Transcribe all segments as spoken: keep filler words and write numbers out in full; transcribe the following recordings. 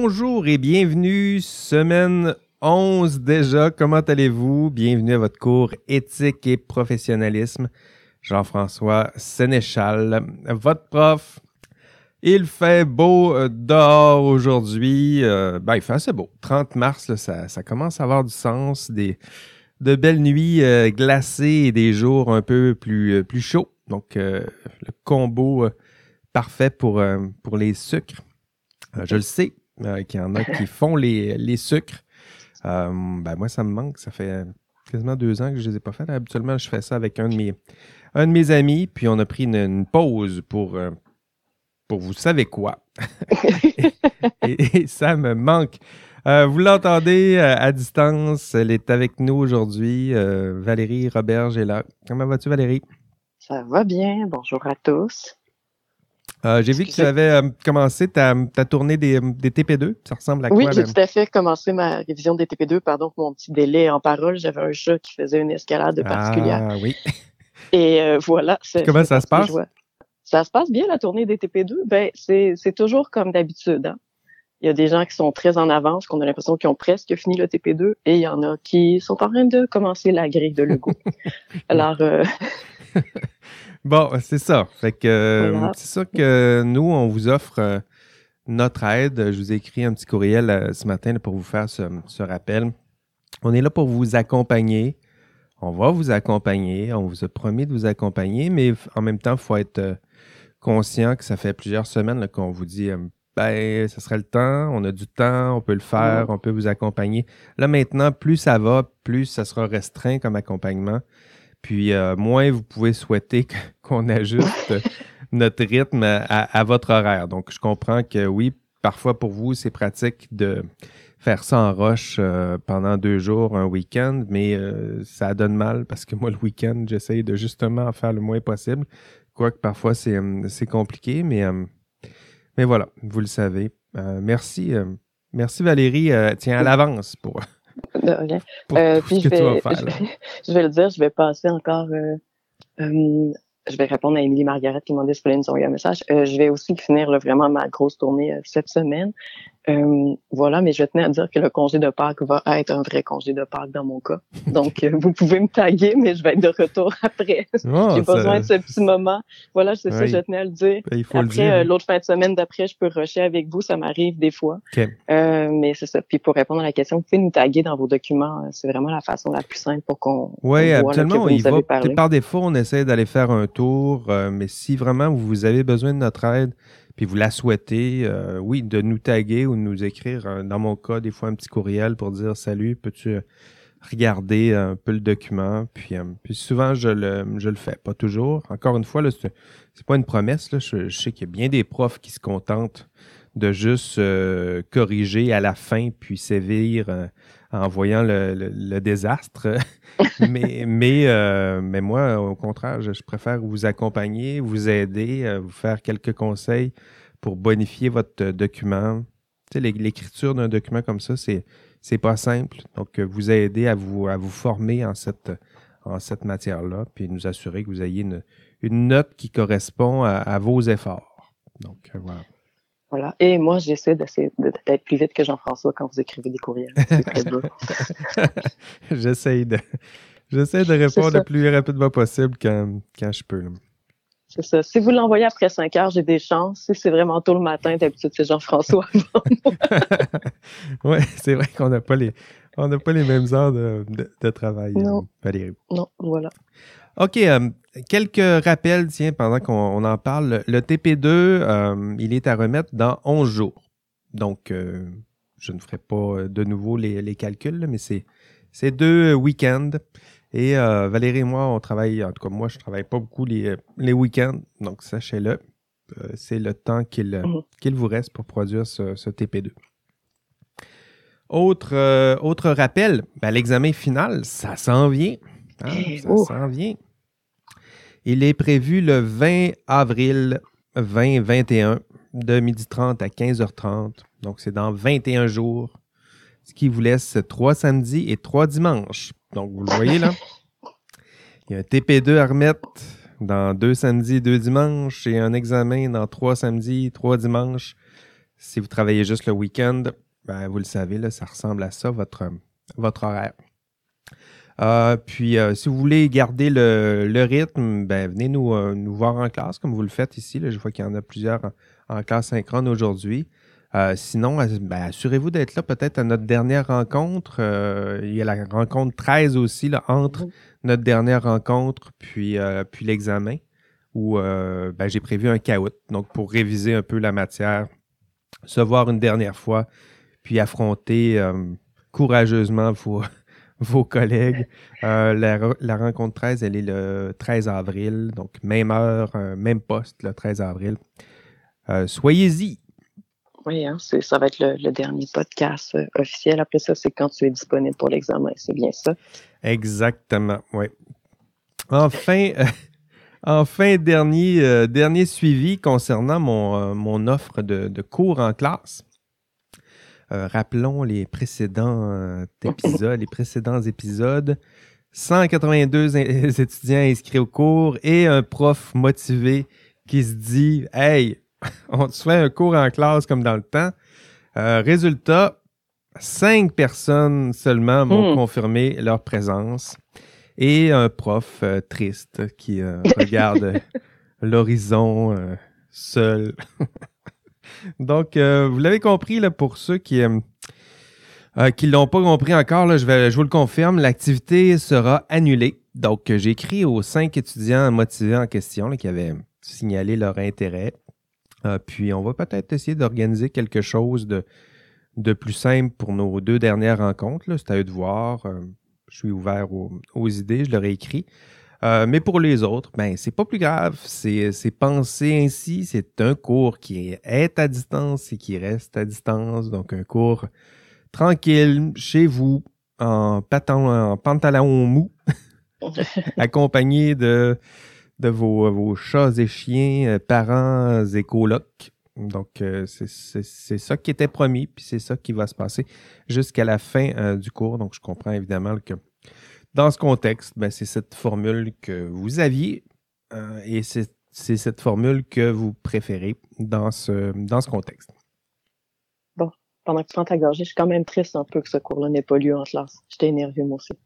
Bonjour et bienvenue, semaine onze déjà. Comment allez-vous? Bienvenue à votre cours éthique et professionnalisme. Jean-François Sénéchal, votre prof. Il fait beau euh, dehors aujourd'hui. Euh, ben, il fait assez beau. trente mars, là, ça, ça commence à avoir du sens. Des, de belles nuits euh, glacées et des jours un peu plus, euh, plus chauds. Donc, euh, le combo euh, parfait pour, euh, pour les sucres. Euh, je le sais euh, qu'il y en a qui font les, les sucres. Euh, ben, moi, ça me manque. Ça fait quasiment deux ans que je ne les ai pas fait. Habituellement, je fais ça avec un de mes, un de mes amis. Puis, on a pris une, une pause pour... Euh, pour vous savez quoi. et, et ça me manque. Euh, vous l'entendez euh, à distance. Elle est avec nous aujourd'hui. Euh, Valérie Roberge est là. Comment vas-tu, Valérie? Ça va bien. Bonjour à tous. Euh, j'ai vu que tu avais euh, commencé ta, ta tournée des, des T P deux. Ça ressemble à quoi? Oui, j'ai là? tout à fait commencé ma révision des T P deux. Pardon pour mon petit délai en parole. J'avais un chat qui faisait une escalade particulière. Ah oui. Et euh, voilà. Comment ça se passe? Joie. Ça se passe bien, la tournée des T P deux. Ben, c'est, c'est toujours comme d'habitude. Hein. Il y a des gens qui sont très en avance, qu'on a l'impression qu'ils ont presque fini le T P deux, et il y en a qui sont en train de commencer la grille de Legault. Alors... Euh... bon, c'est ça. Fait que euh, voilà. c'est sûr que nous, on vous offre euh, notre aide. Je vous ai écrit un petit courriel euh, ce matin là, pour vous faire ce, ce rappel. On est là pour vous accompagner. On va vous accompagner. On vous a promis de vous accompagner, mais en même temps, il faut être... Euh, conscient que ça fait plusieurs semaines là, qu'on vous dit euh, ben, ça serait le temps, on a du temps, on peut le faire, on peut vous accompagner. Là, maintenant, plus ça va, plus ça sera restreint comme accompagnement. Puis, euh, moins vous pouvez souhaiter qu'on ajuste notre rythme à, à votre horaire. Donc, je comprends que oui, parfois pour vous, c'est pratique de faire ça en roche euh, pendant deux jours, un week-end, mais euh, ça donne mal parce que moi, le week-end, j'essaye de justement en faire le moins possible. Quoique parfois, c'est, c'est compliqué, mais, euh, mais voilà, vous le savez. Euh, merci, euh, merci Valérie. Euh, tiens, à l'avance pour, de rien. pour, euh, pour ce que vais, tu vas faire. Je vais, je vais le dire, je vais passer encore... Euh, euh, je vais répondre à Émilie Margaret qui m'a demandé si elle nous envoyer un message. Euh, je vais aussi finir là, vraiment ma grosse tournée euh, cette semaine. Euh, voilà, mais je tenais à dire que le congé de Pâques va être un vrai congé de Pâques dans mon cas. Donc, euh, vous pouvez me taguer, mais je vais être de retour après. Oh, J'ai ça... besoin de ce petit moment. Voilà, c'est oui. ça, je tenais à le dire. Il faut après, le dire, euh, hein. l'autre fin de semaine d'après, je peux rusher avec vous. Ça m'arrive des fois. Okay. Euh, mais c'est ça. Puis pour répondre à la question, vous pouvez nous taguer dans vos documents. C'est vraiment la façon la plus simple pour qu'on Oui, voit là, que vous il nous avez va, parlé. Par défaut, on essaie d'aller faire un tour. Euh, mais si vraiment vous avez besoin de notre aide, puis vous la souhaitez, euh, oui, de nous taguer ou de nous écrire, euh, dans mon cas, des fois un petit courriel pour dire « Salut, peux-tu regarder un peu le document? » Puis, euh, puis souvent, je le, je le fais, pas toujours. Encore une fois, là, c'est, c'est pas une promesse. Là. Je, je sais qu'il y a bien des profs qui se contentent de juste euh, corriger à la fin puis sévir euh, en voyant le, le, le désastre. mais mais, euh, mais moi, au contraire, je, je préfère vous accompagner, vous aider, euh, vous faire quelques conseils pour bonifier votre euh, document. Tu sais, l'écriture d'un document comme ça, c'est c'est pas simple. Donc, euh, vous aider à vous à vous former en cette en cette matière-là, puis nous assurer que vous ayez une, une note qui correspond à, à vos efforts. Donc, euh, voilà. Voilà. Et moi, j'essaie d'essayer d'être plus vite que Jean-François quand vous écrivez des courriels. C'est très beau. J'essaie de, j'essaie de répondre le plus rapidement possible quand, quand je peux. Là. C'est ça. Si vous l'envoyez après cinq heures, j'ai des chances. Si c'est vraiment tôt le matin, d'habitude, c'est Jean-François. Oui, c'est vrai qu'on n'a pas les, on n'a pas les mêmes heures de, de, de travail, non. Euh, Valérie. Non, voilà. OK. Euh, quelques rappels, tiens, pendant qu'on on en parle. Le T P deux, euh, il est à remettre dans onze jours. Donc, euh, je ne ferai pas de nouveau les, les calculs, là, mais c'est, c'est deux week-ends. Et euh, Valérie et moi, on travaille, en tout cas, moi, je ne travaille pas beaucoup les, les week-ends. Donc, sachez-le, euh, c'est le temps qu'il, mm-hmm. qu'il vous reste pour produire ce, ce T P deux. Autre, euh, autre rappel, ben, l'examen final, ça s'en vient. Hein, ça oh. s'en vient. Il est prévu le vingt avril vingt vingt et un de midi trente à quinze heures trente. Donc, c'est dans vingt et un jours, ce qui vous laisse trois samedis et trois dimanches. Donc, vous le voyez là? Il y a un T P deux à remettre dans deux samedis, deux dimanches et un examen dans trois samedis, trois dimanches. Si vous travaillez juste le week-end, ben, vous le savez, là, ça ressemble à ça, votre, votre horaire. Euh, puis, euh, si vous voulez garder le, le rythme, ben, venez nous, euh, nous voir en classe, comme vous le faites ici. Là. Je vois qu'il y en a plusieurs en, en classe synchrone aujourd'hui. Euh, sinon, ben, assurez-vous d'être là peut-être à notre dernière rencontre. Euh, il y a la rencontre treize aussi, là, entre mmh. notre dernière rencontre puis, euh, puis l'examen, où euh, ben, j'ai prévu un caout, donc pour réviser un peu la matière, se voir une dernière fois, puis affronter euh, courageusement vos, vos collègues. Euh, la, la rencontre treize, elle est le treize avril, donc même heure, même poste, le treize avril. Euh, soyez-y! Oui, hein, c'est, ça va être le, le dernier podcast euh, officiel. Après ça, c'est quand tu es disponible pour l'examen. C'est bien ça? Exactement, oui. Enfin, euh, enfin dernier, euh, dernier suivi concernant mon, euh, mon offre de, de cours en classe. Euh, rappelons les précédents euh, épisodes, les précédents épisodes. cent quatre-vingt-deux in- étudiants inscrits au cours et un prof motivé qui se dit « Hey, on se fait un cours en classe comme dans le temps. Euh, » Résultat, cinq personnes seulement m'ont mmh. confirmé leur présence et un prof euh, triste qui euh, regarde l'horizon euh, seul. Donc, euh, vous l'avez compris, là, pour ceux qui ne euh, qui l'ont pas compris encore, là, je, vais, je vous le confirme, l'activité sera annulée. Donc, euh, j'ai écrit aux cinq étudiants motivés en question là, qui avaient signalé leur intérêt. Euh, puis, on va peut-être essayer d'organiser quelque chose de, de plus simple pour nos deux dernières rencontres. Là. C'est à eux de voir. Euh, je suis ouvert aux, aux idées, je leur ai écrit. Euh, mais pour les autres, ben c'est pas plus grave. C'est, c'est pensé ainsi. C'est un cours qui est à distance et qui reste à distance. Donc, un cours tranquille, chez vous, en, patin, en pantalon mou, accompagné de, de vos, vos chats et chiens, parents et colocs. Donc, euh, c'est, c'est, c'est ça qui était promis, puis c'est ça qui va se passer jusqu'à la fin euh, du cours. Donc, je comprends évidemment que dans ce contexte, ben, c'est cette formule que vous aviez euh, et c'est, c'est cette formule que vous préférez dans ce, dans ce contexte. Bon, pendant que tu prends ta gorgée, je suis quand même triste un peu que ce cours-là n'ait pas lieu en classe. J'étais énervée, moi aussi.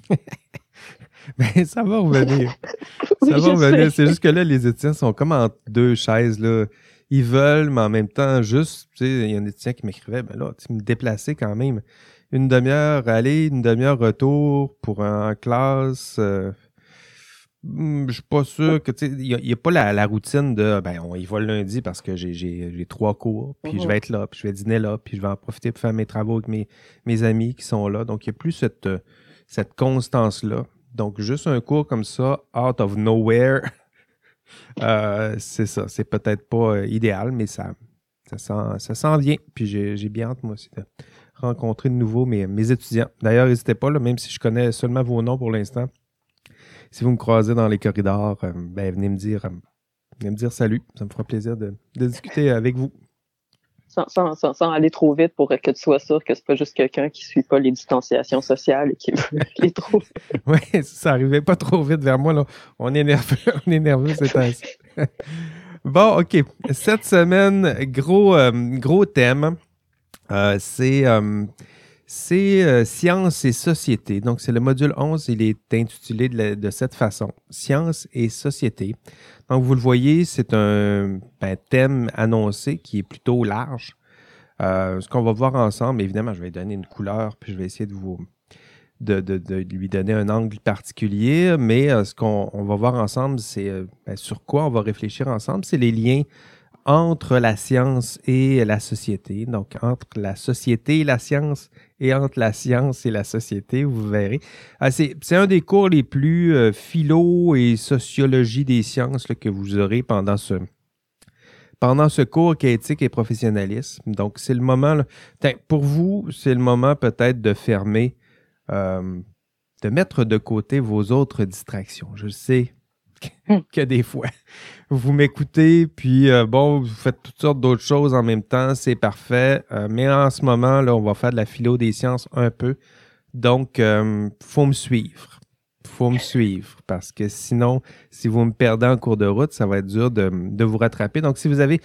Mais ça va revenir. Oui, ça va revenir. Sais. C'est juste que là, les étudiants sont comme entre deux chaises, là. Ils veulent, mais en même temps, juste, tu sais, il y a un étudiant qui m'écrivait, ben là, tu me déplaçais quand même. Une demi-heure aller, une demi-heure retour pour un, en classe. Euh, je suis pas sûr que, tu sais, il n'y a, a pas la, la routine de, ben, on y va le lundi parce que j'ai, j'ai, j'ai trois cours, puis mm-hmm. je vais être là, puis je vais dîner là, puis je vais en profiter pour faire mes travaux avec mes, mes amis qui sont là. Donc, il n'y a plus cette, cette constance-là. Donc, juste un cours comme ça, out of nowhere, euh, c'est ça. C'est peut-être pas euh, idéal, mais ça, ça, s'en, ça s'en vient. Puis j'ai, j'ai bien hâte, moi aussi, de rencontrer de nouveau mes, mes étudiants. D'ailleurs, n'hésitez pas, là, même si je connais seulement vos noms pour l'instant, si vous me croisez dans les corridors, euh, ben, venez me dire, euh, venez me dire salut. Ça me fera plaisir de, de discuter avec vous. Sans, sans, sans, sans aller trop vite pour que tu sois sûr que c'est pas juste quelqu'un qui suit pas les distanciations sociales et qui veut les trouver. Oui, ça arrivait pas trop vite vers moi, là. On est nerveux, on est nerveux ces temps-ci. Bon, OK. Cette semaine, gros, euh, gros thème. Euh, c'est euh, c'est euh, sciences et société. Donc, c'est le module onze. Il est intitulé de, la, de cette façon. Sciences et société. Donc, vous le voyez, c'est un ben, thème annoncé qui est plutôt large. Euh, ce qu'on va voir ensemble, évidemment, je vais donner une couleur, puis je vais essayer de vous de, de, de lui donner un angle particulier, mais euh, ce qu'on on va voir ensemble, c'est euh, ben, sur quoi on va réfléchir ensemble, c'est les liens entre la science et la société. Donc, entre la société et la science et entre la science et la société, vous verrez. Ah, c'est, c'est un des cours les plus euh, philo et sociologie des sciences là, que vous aurez pendant ce, pendant ce cours qui est éthique et professionnalisme. Donc, c'est le moment, là, pour vous, c'est le moment peut-être de fermer, euh, de mettre de côté vos autres distractions. Je sais que des fois, vous m'écoutez, puis euh, bon, vous faites toutes sortes d'autres choses en même temps, c'est parfait. Euh, mais en ce moment, là, on va faire de la philo des sciences un peu. Donc, il euh, faut me suivre. faut me suivre, parce que sinon, si vous me perdez en cours de route, ça va être dur de, de vous rattraper. Donc, si vous avez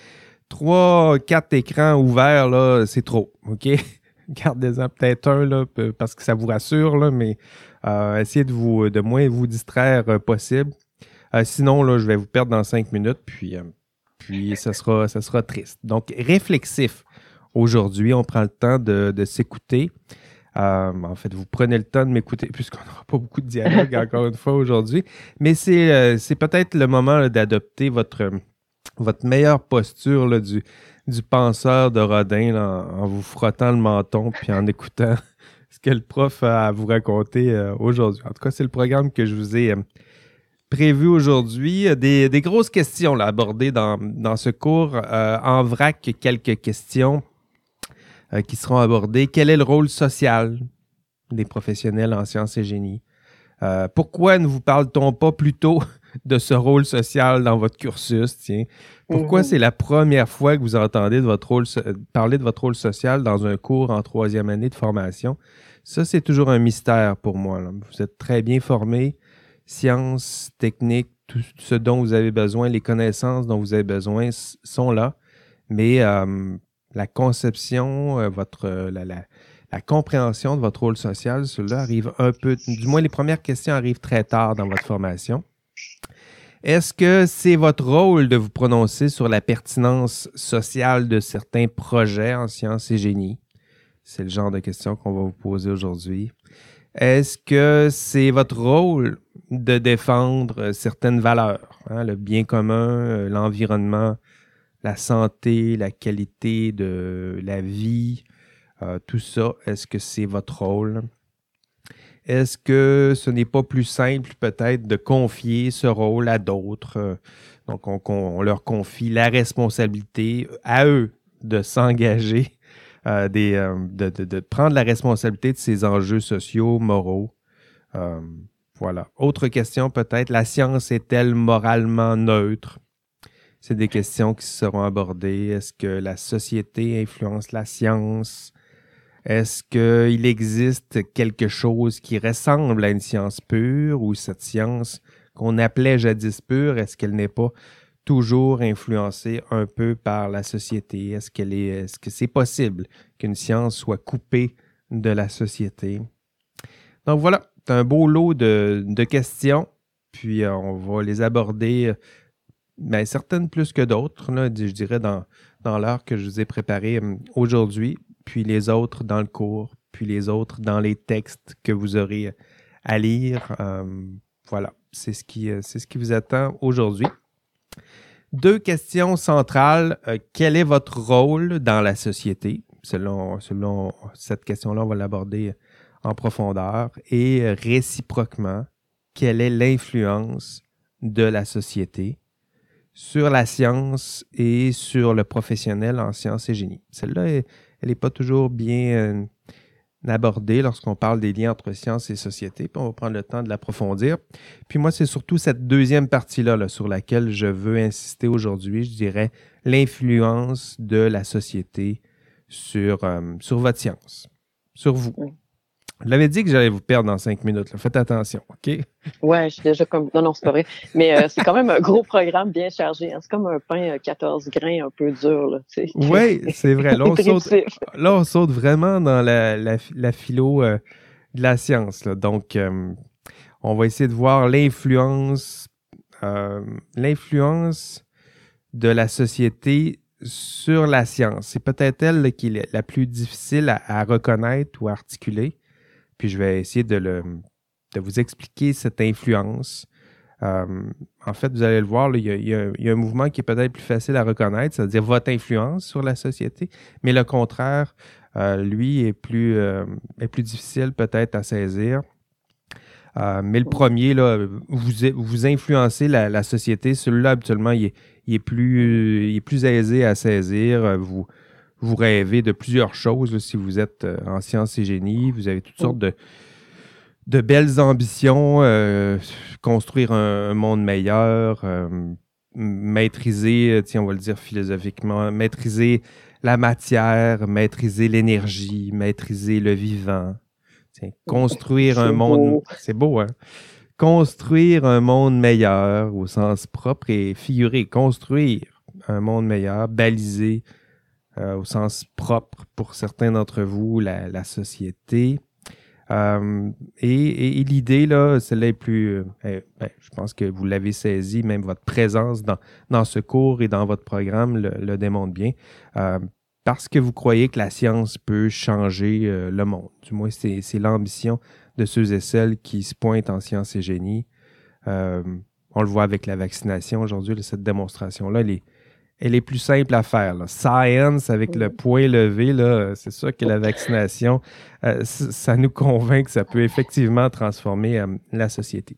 trois, quatre écrans ouverts, là, c'est trop, OK? Gardez-en peut-être un, là, parce que ça vous rassure, là, mais euh, essayez de vous de moins vous distraire euh, possible. Euh, sinon, là, je vais vous perdre dans cinq minutes, puis, euh, puis ça sera, ça sera triste. Donc, réflexif. Aujourd'hui, on prend le temps de, de s'écouter. Euh, en fait, vous prenez le temps de m'écouter, puisqu'on n'aura pas beaucoup de dialogue encore une fois aujourd'hui. Mais c'est, euh, c'est peut-être le moment là, d'adopter votre, votre meilleure posture là, du, du penseur de Rodin là, en, en vous frottant le menton puis en écoutant ce que le prof a à vous raconter euh, aujourd'hui. En tout cas, c'est le programme que je vous ai euh, prévu aujourd'hui. Des, des grosses questions là, abordées dans, dans ce cours. Euh, en vrac, quelques questions euh, qui seront abordées. Quel est le rôle social des professionnels en sciences et génie? Euh, pourquoi ne vous parle-t-on pas plutôt de ce rôle social dans votre cursus? Tiens, pourquoi mm-hmm. c'est la première fois que vous entendez de votre rôle, parler de votre rôle social dans un cours en troisième année de formation? Ça, c'est toujours un mystère pour moi. Là. Vous êtes très bien formés, sciences, techniques, tout ce dont vous avez besoin, les connaissances dont vous avez besoin sont là, mais euh, la conception, euh, votre euh, la, la La compréhension de votre rôle social, cela arrive un peu, du moins les premières questions arrivent très tard dans votre formation. Est-ce que c'est votre rôle de vous prononcer sur la pertinence sociale de certains projets en sciences et génie? C'est le genre de questions qu'on va vous poser aujourd'hui. Est-ce que c'est votre rôle de défendre certaines valeurs, hein, le bien commun, l'environnement, la santé, la qualité de la vie? Euh, tout ça, est-ce que c'est votre rôle? Est-ce que ce n'est pas plus simple peut-être de confier ce rôle à d'autres? Donc, on, on leur confie la responsabilité à eux de s'engager, euh, des, euh, de, de, de prendre la responsabilité de ces enjeux sociaux, moraux. Euh, voilà. Autre question peut-être, la science est-elle moralement neutre? C'est des questions qui seront abordées. Est-ce que la société influence la science? Est-ce qu'il existe quelque chose qui ressemble à une science pure ou cette science qu'on appelait jadis pure, est-ce qu'elle n'est pas toujours influencée un peu par la société? Est-ce qu'elle est, est-ce que c'est possible qu'une science soit coupée de la société? Donc voilà, c'est un beau lot de, de questions, puis euh, on va les aborder, ben, certaines plus que d'autres, là, je dirais dans, dans l'heure que je vous ai préparée aujourd'hui, puis les autres dans le cours, puis les autres dans les textes que vous aurez à lire. Euh, voilà, c'est ce qui, c'est ce qui vous attend aujourd'hui. Deux questions centrales. Euh, quel est votre rôle dans la société? Selon, selon cette question-là, on va l'aborder en profondeur. Et réciproquement, quelle est l'influence de la société sur la science et sur le professionnel en sciences et génie? Celle-là, est, elle n'est pas toujours bien euh, abordée lorsqu'on parle des liens entre science et société, puis on va prendre le temps de l'approfondir. Puis moi, c'est surtout cette deuxième partie-là là, sur laquelle je veux insister aujourd'hui, je dirais l'influence de la société sur, euh, sur votre science, sur vous. Je l'avais dit que j'allais vous perdre dans cinq minutes. Là. Faites attention, OK? Ouais, je suis déjà comme... Non, non, c'est pas vrai. Mais euh, c'est quand même un gros programme bien chargé. Hein. C'est comme un pain à quatorze grains un peu dur. Là, tu sais. Oui, c'est vrai. Là, on saute, là, on saute vraiment dans la, la, la philo euh, de la science. Là. Donc, euh, on va essayer de voir l'influence, euh, l'influence de la société sur la science. C'est peut-être elle là, qui est la plus difficile à, à reconnaître ou à articuler. Puis je vais essayer de, le, de vous expliquer cette influence. Euh, en fait, vous allez le voir, là, il, y a, il, y a, il y a un mouvement qui est peut-être plus facile à reconnaître, c'est-à-dire votre influence sur la société, mais le contraire, euh, lui, est plus, euh, est plus difficile peut-être à saisir. Euh, mais le premier, là, vous, vous influencez la, la société, celui-là, habituellement, il est, il est, plus, il est plus aisé à saisir. Vous, vous rêvez de plusieurs choses. Là, si vous êtes en sciences et génie, vous avez toutes sortes de, de belles ambitions, euh, construire un, un monde meilleur, euh, maîtriser, tiens, on va le dire philosophiquement, maîtriser la matière, maîtriser l'énergie, maîtriser le vivant. Tiens, construire c'est un monde... Beau. C'est beau, hein? Construire un monde meilleur au sens propre et figuré. Construire un monde meilleur, balisé euh, au sens propre pour certains d'entre vous, la, la société. Euh, et, et, et l'idée, là, celle-là est plus... Euh, ben, je pense que vous l'avez saisi, même votre présence dans, dans ce cours et dans votre programme le, le démontre bien. Euh, parce que vous croyez que la science peut changer euh, le monde. Du moins, c'est, c'est l'ambition de ceux et celles qui se pointent en sciences et génie. Euh, on le voit avec la vaccination aujourd'hui, là, cette démonstration-là, elle est, elle est plus simple à faire. Là. Science, avec le point levé, là, c'est sûr que la vaccination, euh, ça nous convainc que ça peut effectivement transformer euh, la société.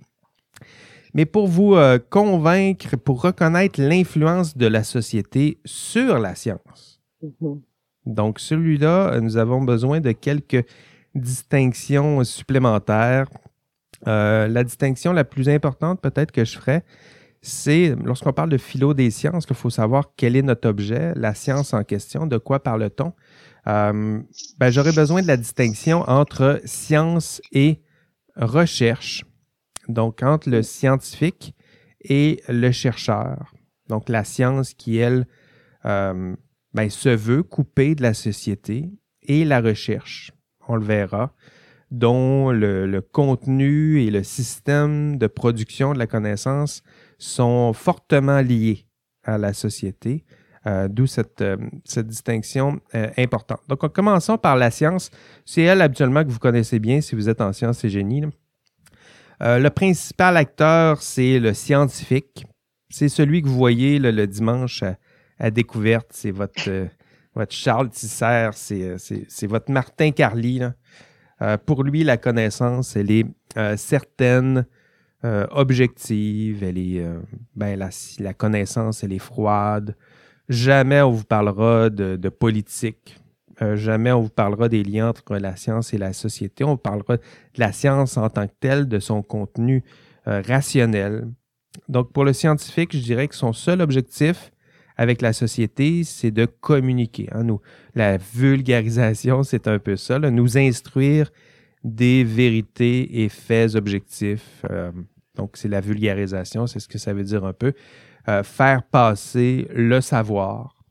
Mais pour vous euh, convaincre, pour reconnaître l'influence de la société sur la science, mm-hmm. donc celui-là, nous avons besoin de quelques distinctions supplémentaires. Euh, la distinction la plus importante peut-être que je ferais, c'est, lorsqu'on parle de philo des sciences, il faut savoir quel est notre objet, la science en question, de quoi parle-t-on. Euh, ben, j'aurais besoin de la distinction entre science et recherche, donc entre le scientifique et le chercheur. Donc la science qui, elle, euh, ben, se veut couper de la société, et la recherche, on le verra, dont le, le contenu et le système de production de la connaissance sont fortement liés à la société, euh, d'où cette, euh, cette distinction euh, importante. Donc, commençons par la science. C'est elle, habituellement, que vous connaissez bien si vous êtes en sciences et génie. Euh, le principal acteur, c'est le scientifique. C'est celui que vous voyez là, le dimanche à, à découverte. C'est votre, euh, votre Charles Tisser, c'est, c'est, c'est votre Martin Carly, là. Euh, pour lui, la connaissance, elle est euh, certaine, euh, objective, elle est, euh, ben, la, la connaissance, elle est froide. Jamais on vous parlera de, de politique. Euh, jamais on vous parlera des liens entre la science et la société. On vous parlera de la science en tant que telle, de son contenu euh, rationnel. Donc, pour le scientifique, je dirais que son seul objectif avec la société, c'est de communiquer. Hein. Nous, la vulgarisation, c'est un peu ça, là, nous instruire des vérités et faits objectifs. Euh, donc, c'est la vulgarisation, c'est ce que ça veut dire un peu. Euh, faire passer le savoir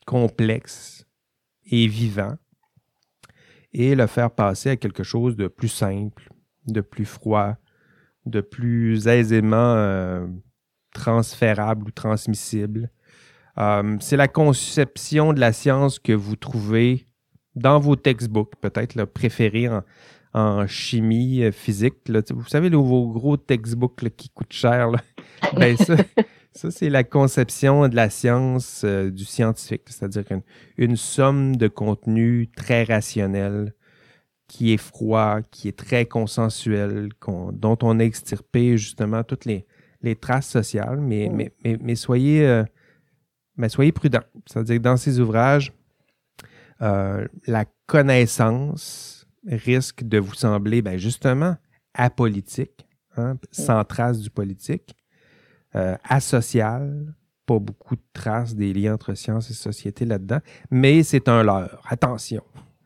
complexe et vivant et le faire passer à quelque chose de plus simple, de plus froid, de plus aisément euh, transférable ou transmissible. Euh, c'est la conception de la science que vous trouvez dans vos textbooks, peut-être là, préférés en, en chimie euh, physique. Là. Vous savez, là, vos gros textbooks là, qui coûtent cher. Là. Ben, ça, ça, c'est la conception de la science euh, du scientifique, c'est-à-dire une, une somme de contenu très rationnel, qui est froid, qui est très consensuel, qu'on, dont on a extirpé justement toutes les, les traces sociales. Mais, mais, mais, mais soyez... Euh, Mais soyez prudents. C'est-à-dire que dans ces ouvrages, euh, la connaissance risque de vous sembler ben, justement apolitique, hein, sans trace du politique, euh, asocial, pas beaucoup de traces des liens entre science et société là-dedans, mais c'est un leurre. Attention!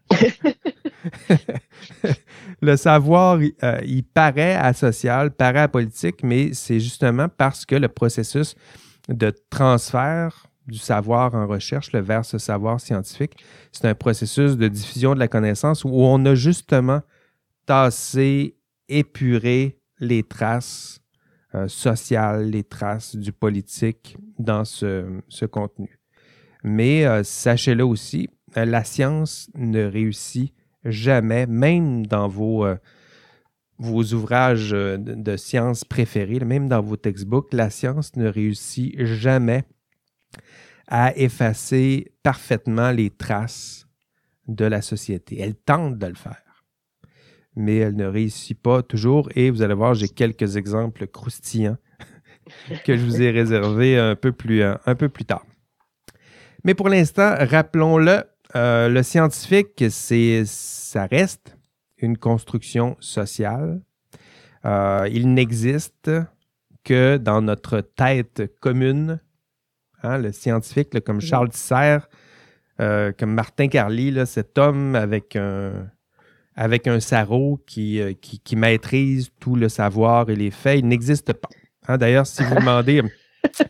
Le savoir, euh, il paraît asocial, paraît apolitique, mais c'est justement parce que le processus de transfert du savoir en recherche là, vers ce savoir scientifique, c'est un processus de diffusion de la connaissance où on a justement tassé, épuré les traces euh, sociales, les traces du politique dans ce, ce contenu. Mais euh, sachez-le aussi, euh, la science ne réussit jamais, même dans vos, euh, vos ouvrages de, de sciences préférés, même dans vos textbooks, la science ne réussit jamais à effacer parfaitement les traces de la société. Elle tente de le faire, mais elle ne réussit pas toujours. Et vous allez voir, j'ai quelques exemples croustillants que je vous ai réservés un peu plus, un peu plus tard. Mais pour l'instant, rappelons-le, euh, le scientifique, c'est, ça reste une construction sociale. Euh, il n'existe que dans notre tête commune. Hein, le scientifique, là, comme Charles Tisser, euh, comme Martin Carly, là, cet homme avec un, avec un sarrau qui, euh, qui, qui maîtrise tout le savoir et les faits, il n'existe pas. Hein, d'ailleurs, si vous demandez,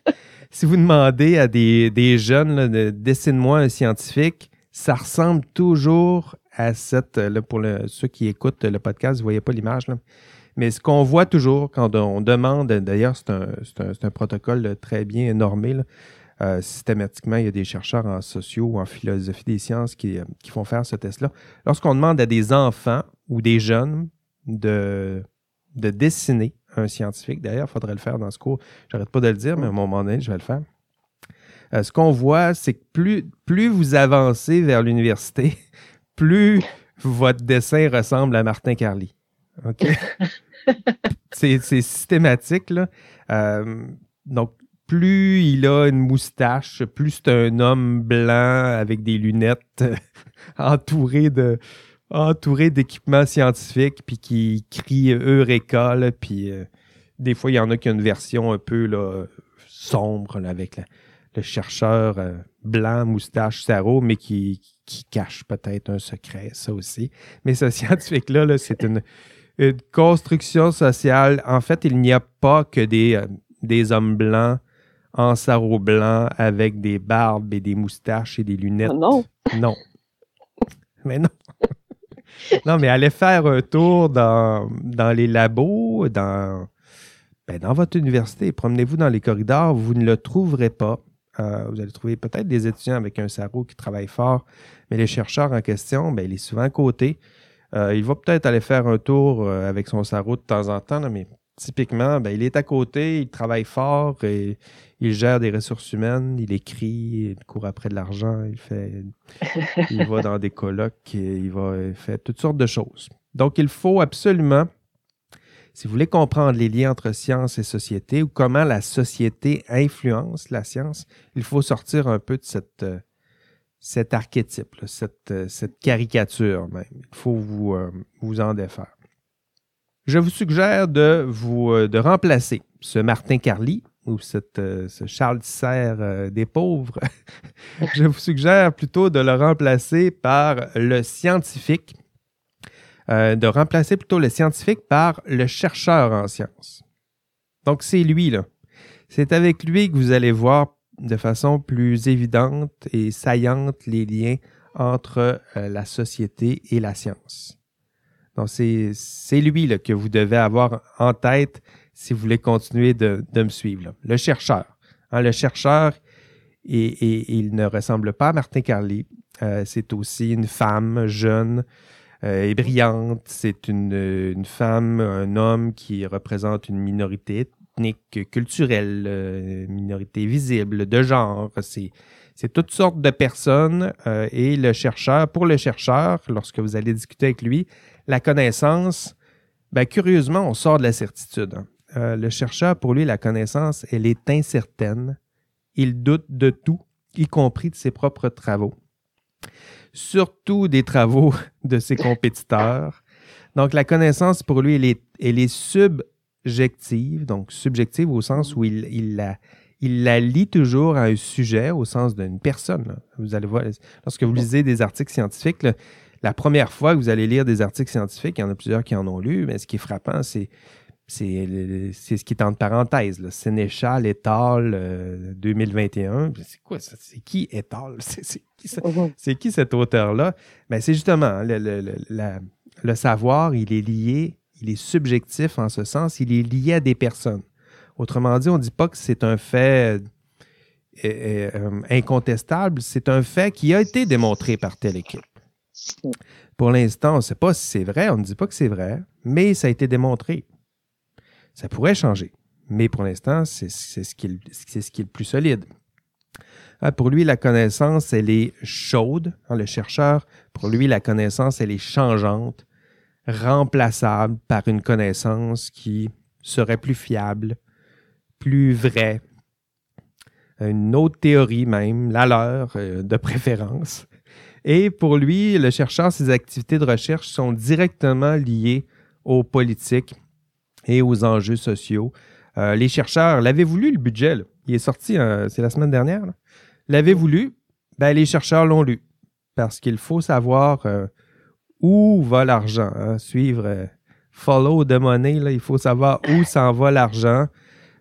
si vous demandez à des, des jeunes, là, de, dessine-moi un scientifique, ça ressemble toujours à cette, là, pour le, ceux qui écoutent le podcast, vous ne voyez pas l'image, là. Mais ce qu'on voit toujours quand on demande, d'ailleurs, c'est un, c'est un, c'est un protocole très bien normé, là. Euh, systématiquement, il y a des chercheurs en sociaux ou en philosophie des sciences qui, qui font faire ce test-là. Lorsqu'on demande à des enfants ou des jeunes de, de dessiner un scientifique, d'ailleurs, il faudrait le faire dans ce cours, j'arrête pas de le dire, mais à un moment donné, je vais le faire. Euh, ce qu'on voit, c'est que plus, plus vous avancez vers l'université, plus votre dessin ressemble à Martin Carly. OK? c'est, c'est systématique, là. Euh, donc, plus il a une moustache, plus c'est un homme blanc avec des lunettes entouré de entouré d'équipements scientifiques, puis qui crie Eureka, là, puis euh, des fois, il y en a qui ont une version un peu là, sombre, là, avec la, le chercheur euh, blanc, moustache, sarrau, mais qui, qui cache peut-être un secret, ça aussi. Mais ce scientifique-là, là, c'est une, une construction sociale. En fait, il n'y a pas que des, euh, des hommes blancs en sarrau blanc avec des barbes et des moustaches et des lunettes. Oh non! Non. Mais non. Non, mais allez faire un tour dans, dans les labos, dans, ben, dans votre université. Promenez-vous dans les corridors, vous ne le trouverez pas. Euh, vous allez trouver peut-être des étudiants avec un sarrau qui travaillent fort, mais les chercheurs en question, ben, il est souvent à côté. Euh, il va peut-être aller faire un tour euh, avec son sarrau de temps en temps, là, mais typiquement, ben, il est à côté, il travaille fort et il gère des ressources humaines, il écrit, il court après de l'argent, il fait, il va dans des colloques, il va il fait toutes sortes de choses. Donc, il faut absolument, si vous voulez comprendre les liens entre science et société ou comment la société influence la science, il faut sortir un peu de cette, euh, cet archétype, là, cette, euh, cette caricature même. Il faut vous, euh, vous en défaire. Je vous suggère de, vous, euh, de remplacer ce Martin Carly ou cette, euh, ce Charles Tisser euh, des pauvres. Je vous suggère plutôt de le remplacer par le scientifique, euh, de remplacer plutôt le scientifique par le chercheur en sciences. Donc, c'est lui, là. C'est avec lui que vous allez voir de façon plus évidente et saillante les liens entre euh, la société et la science. Donc, c'est, c'est lui là, que vous devez avoir en tête si vous voulez continuer de, de me suivre. Là. Le chercheur. Hein, le chercheur, et, et, il ne ressemble pas à Martin Carly. Euh, c'est aussi une femme jeune euh, et brillante. C'est une, une femme, un homme qui représente une minorité ethnique, culturelle, euh, minorité visible, de genre. C'est, c'est toutes sortes de personnes. Euh, et le chercheur, pour le chercheur, lorsque vous allez discuter avec lui, la connaissance, ben, curieusement, on sort de la certitude. Hein. Euh, le chercheur, pour lui, la connaissance, elle est incertaine. Il doute de tout, y compris de ses propres travaux. Surtout des travaux de ses compétiteurs. Donc, la connaissance, pour lui, elle est, elle est subjective, donc subjective au sens où il, il, la, il la lie toujours à un sujet, au sens d'une personne. Là. Vous allez voir, lorsque vous lisez des articles scientifiques, là, la première fois que vous allez lire des articles scientifiques, il y en a plusieurs qui en ont lu, mais ce qui est frappant, c'est, c'est, c'est ce qui est entre parenthèses. Là. Sénéchal et al. Euh, deux mille vingt et un. C'est quoi ça? C'est qui et al? C'est, c'est, qui, ça? C'est qui cet auteur-là? Ben, c'est justement le, le, le, la, le savoir, il est lié, il est subjectif en ce sens, il est lié à des personnes. Autrement dit, on ne dit pas que c'est un fait euh, euh, incontestable, c'est un fait qui a été démontré par telle équipe. Pour l'instant, on ne sait pas si c'est vrai, on ne dit pas que c'est vrai, mais ça a été démontré. Ça pourrait changer, mais pour l'instant, c'est, c'est, ce, qui est, c'est ce qui est le plus solide. Ah, pour lui, la connaissance, elle est chaude. Hein, le chercheur, pour lui, la connaissance, elle est changeante, remplaçable par une connaissance qui serait plus fiable, plus vraie. Une autre théorie même, la leur, euh, de préférence. Et pour lui, le chercheur, ses activités de recherche sont directement liées aux politiques et aux enjeux sociaux. Euh, les chercheurs, l'avez-vous lu le budget? Là? Il est sorti, euh, c'est la semaine dernière. Là. L'avez-vous lu? Ben, les chercheurs l'ont lu. Parce qu'il faut savoir euh, où va l'argent. Hein? Suivre, euh, follow the money, là, il faut savoir où s'en va l'argent.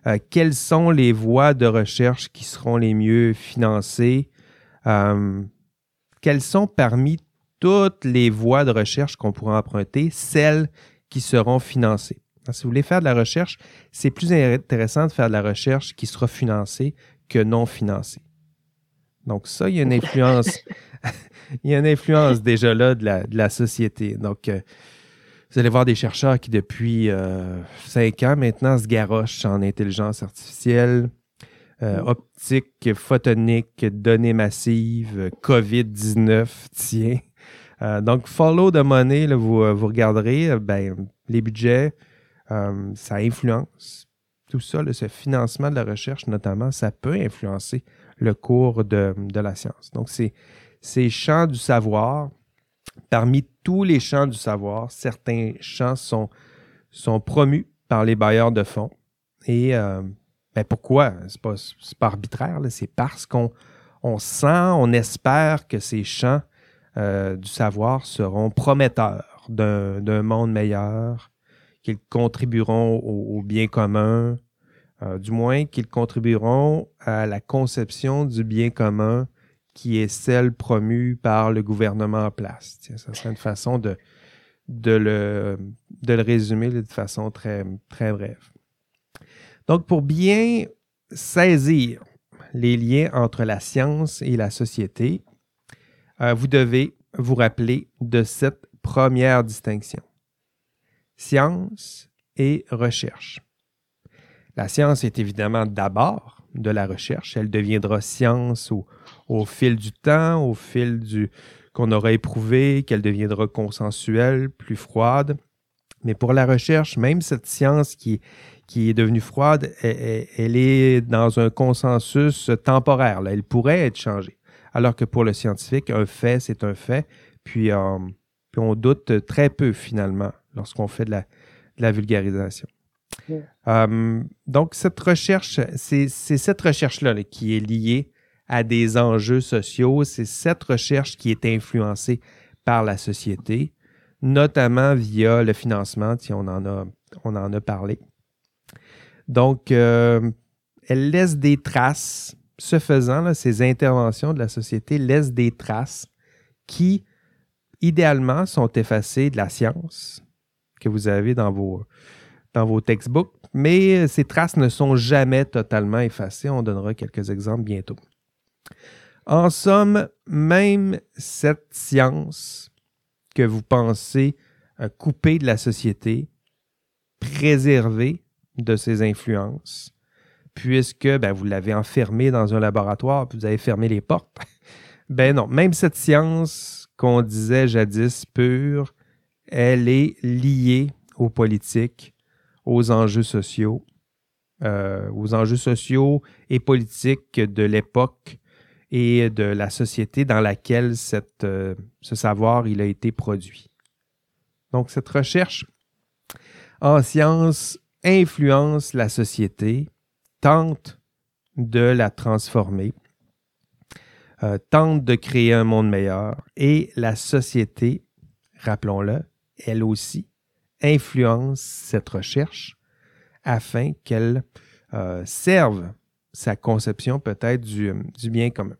Euh, quelles sont les voies de recherche qui seront les mieux financées? Euh, quelles sont parmi toutes les voies de recherche qu'on pourra emprunter, celles qui seront financées? Alors, si vous voulez faire de la recherche, c'est plus intéressant de faire de la recherche qui sera financée que non financée. Donc ça, il y a une influence, il y a une influence déjà là de la, de la société. Donc, euh, vous allez voir des chercheurs qui, depuis euh, cinq ans maintenant, se garochent en intelligence artificielle, euh, optique, photonique, données massives, covid dix-neuf, tiens. Euh, donc, follow the money, là, vous, vous regarderez, ben, les budgets, euh, ça influence. Tout ça, là, ce financement de la recherche, notamment, ça peut influencer le cours de, de la science. Donc, c'est ces champs du savoir. Parmi tous les champs du savoir, certains champs sont, sont promus par les bailleurs de fonds. Et euh, ben pourquoi? C'est pas, c'est pas arbitraire, là. C'est parce qu'on on sent, on espère que ces champs euh, du savoir seront prometteurs d'un, d'un monde meilleur, qu'ils contribueront au, au bien commun, euh, du moins qu'ils contribueront à la conception du bien commun qui est celle promue par le gouvernement en place. Tiens, ça serait une façon de, de, le, de le résumer de façon très, très brève. Donc, pour bien saisir les liens entre la science et la société, euh, vous devez vous rappeler de cette première distinction. Science et recherche. La science est évidemment d'abord de la recherche. Elle deviendra science au, au fil du temps, au fil du qu'on aura éprouvé, qu'elle deviendra consensuelle, plus froide. Mais pour la recherche, même cette science qui, qui est devenue froide, elle, elle est dans un consensus temporaire. Là. Elle pourrait être changée. Alors que pour le scientifique, un fait, c'est un fait. Puis, euh, puis on doute très peu, finalement, lorsqu'on fait de la, de la vulgarisation. Yeah. Um, donc, cette recherche, c'est, c'est cette recherche-là là, qui est liée à des enjeux sociaux. C'est cette recherche qui est influencée par la société, notamment via le financement. Tiens, on en a, on en a parlé. Donc, euh, elle laisse des traces. Ce faisant, là, ces interventions de la société laissent des traces qui, idéalement, sont effacées de la science que vous avez dans vos... dans vos textbooks, mais ces traces ne sont jamais totalement effacées. On donnera quelques exemples bientôt. En somme, même cette science que vous pensez euh, couper de la société, préserver de ses influences, puisque ben, vous l'avez enfermée dans un laboratoire, puis vous avez fermé les portes, ben non, même cette science qu'on disait jadis pure, elle est liée aux politiques, aux enjeux sociaux, euh, aux enjeux sociaux et politiques de l'époque et de la société dans laquelle cette, euh, ce savoir il a été produit. Donc, cette recherche en sciences influence la société, tente de la transformer, euh, tente de créer un monde meilleur et la société, rappelons-le, elle aussi, influence cette recherche afin qu'elle euh, serve sa conception peut-être du, du bien commun.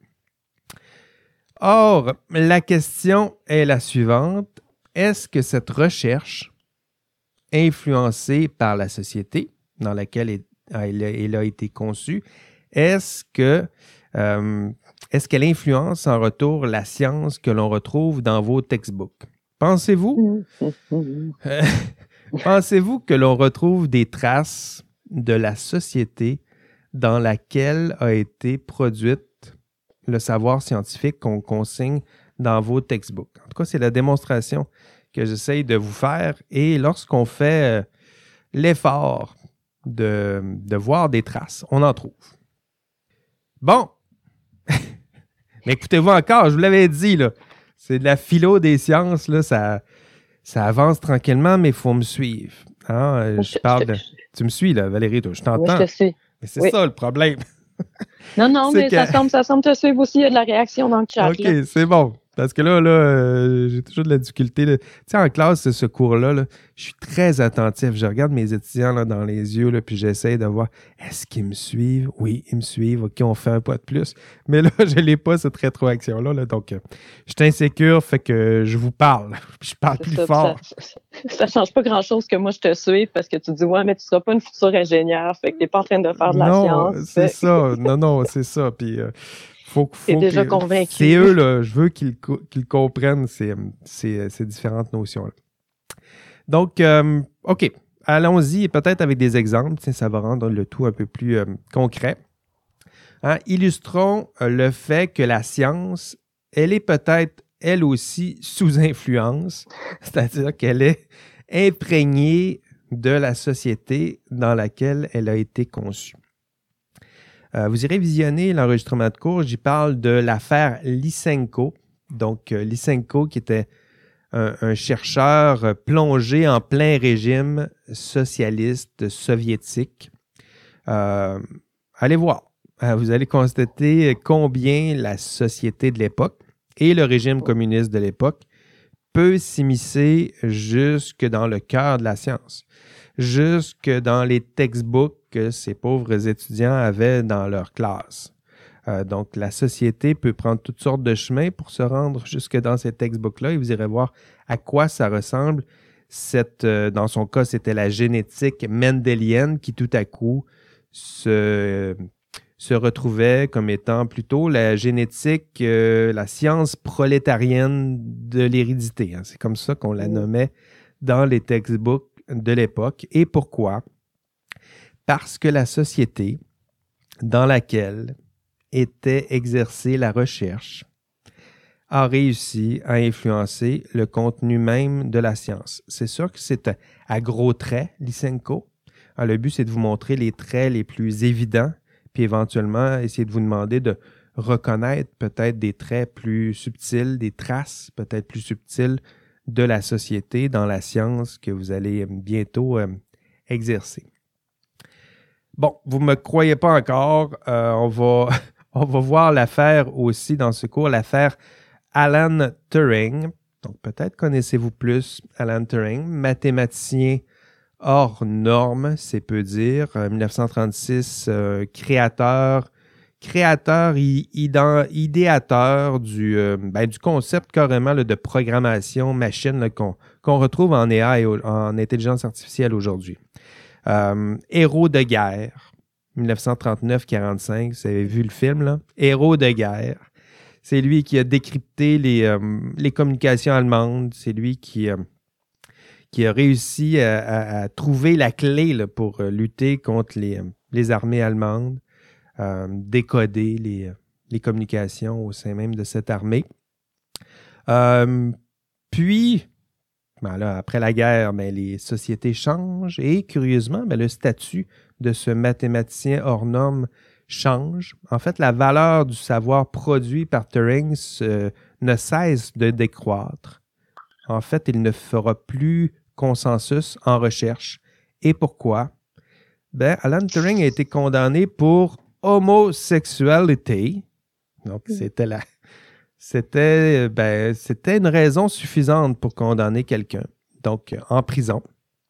Or, la question est la suivante. Est-ce que cette recherche, influencée par la société dans laquelle elle, elle, elle a été conçue, est-ce que euh, est-ce qu'elle influence en retour la science que l'on retrouve dans vos textbooks? Pensez-vous, euh, pensez-vous que l'on retrouve des traces de la société dans laquelle a été produite le savoir scientifique qu'on consigne dans vos textbooks? En tout cas, c'est la démonstration que j'essaye de vous faire. Et lorsqu'on fait euh, l'effort de, de voir des traces, on en trouve. Bon! Mais écoutez-vous encore, je vous l'avais dit, là. C'est de la philo des sciences, là, ça, ça avance tranquillement, mais il faut me suivre. Hein? Je parle de... Tu me suis, là, Valérie, toi, je t'entends. Oui, je te suis. Mais c'est oui. ça, le problème. Non, non, mais que... ça, semble, ça semble te suivre aussi, il y a de la réaction dans le chat. OK, là. C'est bon. Parce que là, là euh, j'ai toujours de la difficulté. Tu sais, en classe, ce cours-là, là, je suis très attentif. Je regarde mes étudiants là, dans les yeux, là, puis j'essaie de voir, est-ce qu'ils me suivent? Oui, ils me suivent. OK, on fait un pas de plus. Mais là, je n'ai pas cette rétroaction-là. Là, donc, euh, je suis insécure, fait que je vous parle. Je parle C'est plus ça, fort. Ça, ça change pas grand-chose que moi, je te suive parce que tu dis, ouais, mais tu seras pas une future ingénieure, fait que t'es pas en train de faire de la Non, science. c'est Fait... ça. Non, non, c'est ça. Puis, euh, faut, faut T'es déjà que... convaincu. C'est eux, là. Je veux qu'ils, qu'ils comprennent ces, ces, ces différentes notions-là. Donc, euh, OK. Allons-y, peut-être avec des exemples. Ça va rendre le tout un peu plus euh, concret. Hein? Illustrons euh, le fait que la science, elle est peut-être, elle aussi, sous influence. C'est-à-dire qu'elle est imprégnée de la société dans laquelle elle a été conçue. Euh, vous irez visionner l'enregistrement de cours. J'y parle de l'affaire Lysenko. Donc, euh, Lysenko, qui était un, un chercheur plongé en plein régime socialiste soviétique. Euh, allez voir. Euh, vous allez constater combien la société de l'époque et le régime communiste de l'époque peut s'immiscer jusque dans le cœur de la science, jusque dans les textbooks que ces pauvres étudiants avaient dans leur classe. Euh, donc, la société peut prendre toutes sortes de chemins pour se rendre jusque dans ces textbooks-là et vous irez voir à quoi ça ressemble. Cette, euh, dans son cas, c'était la génétique mendélienne qui tout à coup se, se retrouvait comme étant plutôt la génétique, euh, la science prolétarienne de l'hérédité. Hein. C'est comme ça qu'on la nommait dans les textbooks de l'époque. Et pourquoi? Parce que la société dans laquelle était exercée la recherche a réussi à influencer le contenu même de la science. C'est sûr que c'est à, à gros traits, Lysenko. Alors, le but, c'est de vous montrer les traits les plus évidents, puis éventuellement essayer de vous demander de reconnaître peut-être des traits plus subtils, des traces peut-être plus subtiles de la société dans la science que vous allez bientôt euh, exercer. Bon, vous ne me croyez pas encore, euh, on va, on va voir l'affaire aussi dans ce cours, l'affaire Alan Turing. Donc, peut-être connaissez-vous plus Alan Turing, mathématicien hors norme, c'est peu dire. En dix-neuf cent trente-six, euh, créateur, créateur et idéateur du, euh, ben, du concept carrément là, de programmation machine là, qu'on, qu'on retrouve en A I, en intelligence artificielle aujourd'hui. Euh, héros de guerre, dix-neuf cent trente-neuf quarante-cinq, vous avez vu le film, là? Héros de guerre. C'est lui qui a décrypté les, euh, les communications allemandes. C'est lui qui, euh, qui a réussi à, à, à trouver la clé là, pour euh, lutter contre les, les armées allemandes, euh, décoder les, les communications au sein même de cette armée. Euh, puis, ben là, après la guerre, ben, les sociétés changent et curieusement, ben, le statut de ce mathématicien hors norme change. En fait, la valeur du savoir produit par Turing se, ne cesse de décroître. En fait, il ne fera plus consensus en recherche. Et pourquoi? Ben, Alan Turing a été condamné pour homosexualité. Donc, c'était la... C'était, ben, c'était une raison suffisante pour condamner quelqu'un. Donc, en prison.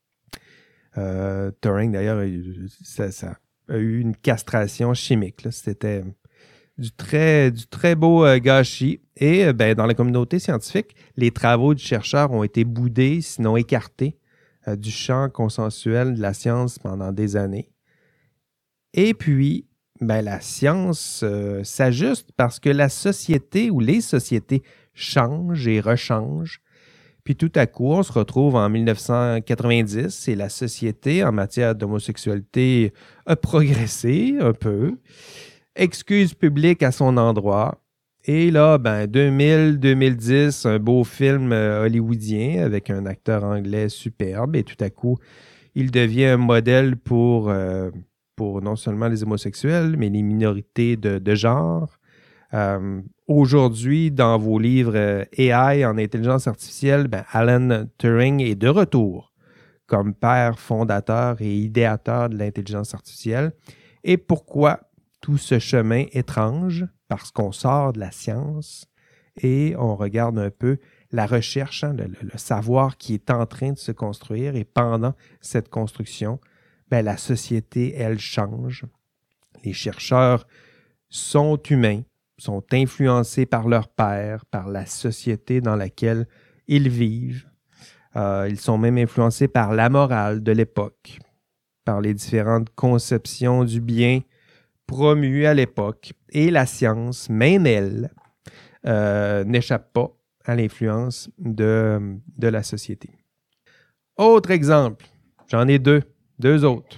Euh, Turing, d'ailleurs, ça, ça a eu une castration chimique. Là. C'était du très, du très beau euh, gâchis. Et ben, dans la communauté scientifique, les travaux du chercheur ont été boudés, sinon écartés, euh, du champ consensuel de la science pendant des années. Et puis, ben, la science euh, s'ajuste parce que la société ou les sociétés changent et rechangent. Puis tout à coup, on se retrouve en dix-neuf cent quatre-vingt-dix et la société en matière d'homosexualité a progressé un peu. Excuse publique à son endroit. Et là, ben, deux mille, deux mille dix, un beau film euh, hollywoodien avec un acteur anglais superbe. Et tout à coup, il devient un modèle pour... Euh, pour non seulement les homosexuels, mais les minorités de, de genre. Euh, aujourd'hui, dans vos livres euh, A I en intelligence artificielle, ben, Alan Turing est de retour comme père fondateur et idéateur de l'intelligence artificielle. Et pourquoi tout ce chemin étrange? Parce qu'on sort de la science et on regarde un peu la recherche, hein, le, le savoir qui est en train de se construire et pendant cette construction, ben, la société, elle, change. Les chercheurs sont humains, sont influencés par leur pairs, par la société dans laquelle ils vivent. Euh, ils sont même influencés par la morale de l'époque, par les différentes conceptions du bien promues à l'époque. Et la science, même elle, euh, n'échappe pas à l'influence de, de la société. Autre exemple, j'en ai deux, deux autres.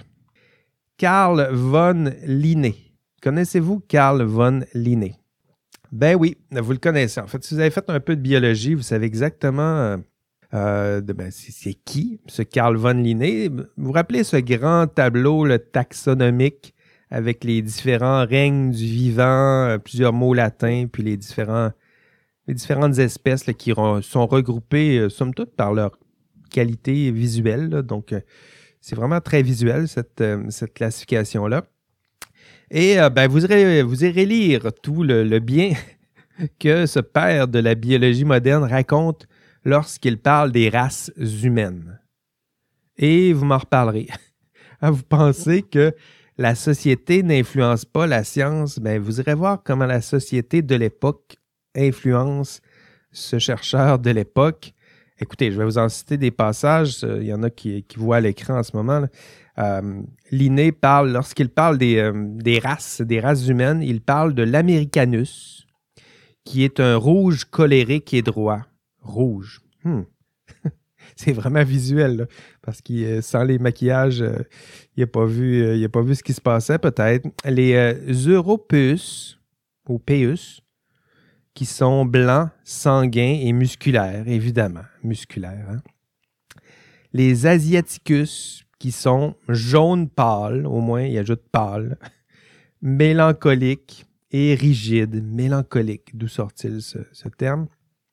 Carl von Linné. Connaissez-vous Carl von Linné? Ben oui, vous le connaissez. En fait, si vous avez fait un peu de biologie, vous savez exactement euh, de, ben, c'est, c'est qui, ce Carl von Linné. Vous vous rappelez ce grand tableau le taxonomique avec les différents règnes du vivant, plusieurs mots latins, puis les différents les différentes espèces là, qui re, sont regroupées, euh, somme toute, par leur qualité visuelle. Là. Donc, euh, c'est vraiment très visuel, cette, euh, cette classification-là. Et euh, ben, vous, irez, vous irez lire tout le, le bien que ce père de la biologie moderne raconte lorsqu'il parle des races humaines. Et vous m'en reparlerez. Vous pensez que la société n'influence pas la science? Ben, vous irez voir comment la société de l'époque influence ce chercheur de l'époque. Écoutez, je vais vous en citer des passages. Il y en a qui, qui voient à l'écran en ce moment. Là. Euh, Linné parle, lorsqu'il parle des, euh, des races, des races humaines, il parle de l'Americanus, qui est un rouge colérique et droit. Rouge. Hmm. C'est vraiment visuel, là, parce qu'il, euh, sans les maquillages, euh, il n'a pas vu, euh, il a pas vu ce qui se passait, peut-être. Les euh, Européus, ou Péus, qui sont blancs, sanguins et musculaires, évidemment, musculaires. Hein? Les Asiaticus, qui sont jaunes pâles, au moins, il ajoute pâle, mélancoliques et rigides. Mélancoliques, d'où sort-il ce, ce terme?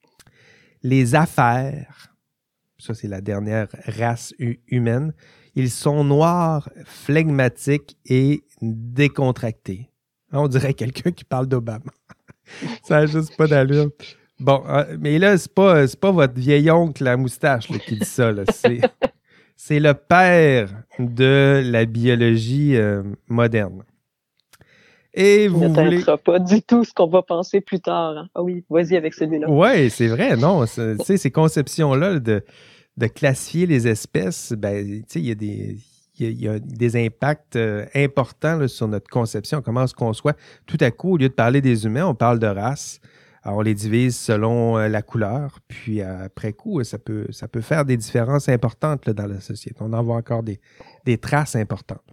Les Affaires, ça c'est la dernière race hu- humaine, ils sont noirs, flegmatiques et décontractés. On dirait quelqu'un qui parle d'Obama. Ça n'a juste pas d'allure. Bon, euh, mais là, c'est pas, c'est pas votre vieil oncle à moustache là, qui dit ça. Là. C'est, c'est le père de la biologie euh, moderne. Et vous ne voulez... pas du tout ce qu'on va penser plus tard. Hein? Ah oui, vas-y avec celui-là. Oui, c'est vrai, non. C'est, tu sais, ces conceptions-là de, de classifier les espèces, ben, tu sais, il y a des... Il y, a, il y a des impacts euh, importants là, sur notre conception, comment on se conçoit. Tout à coup, au lieu de parler des humains, on parle de race. Alors, on les divise selon euh, la couleur. Puis, euh, après coup, ça peut, ça peut faire des différences importantes là, dans la société. On en voit encore des, des traces importantes.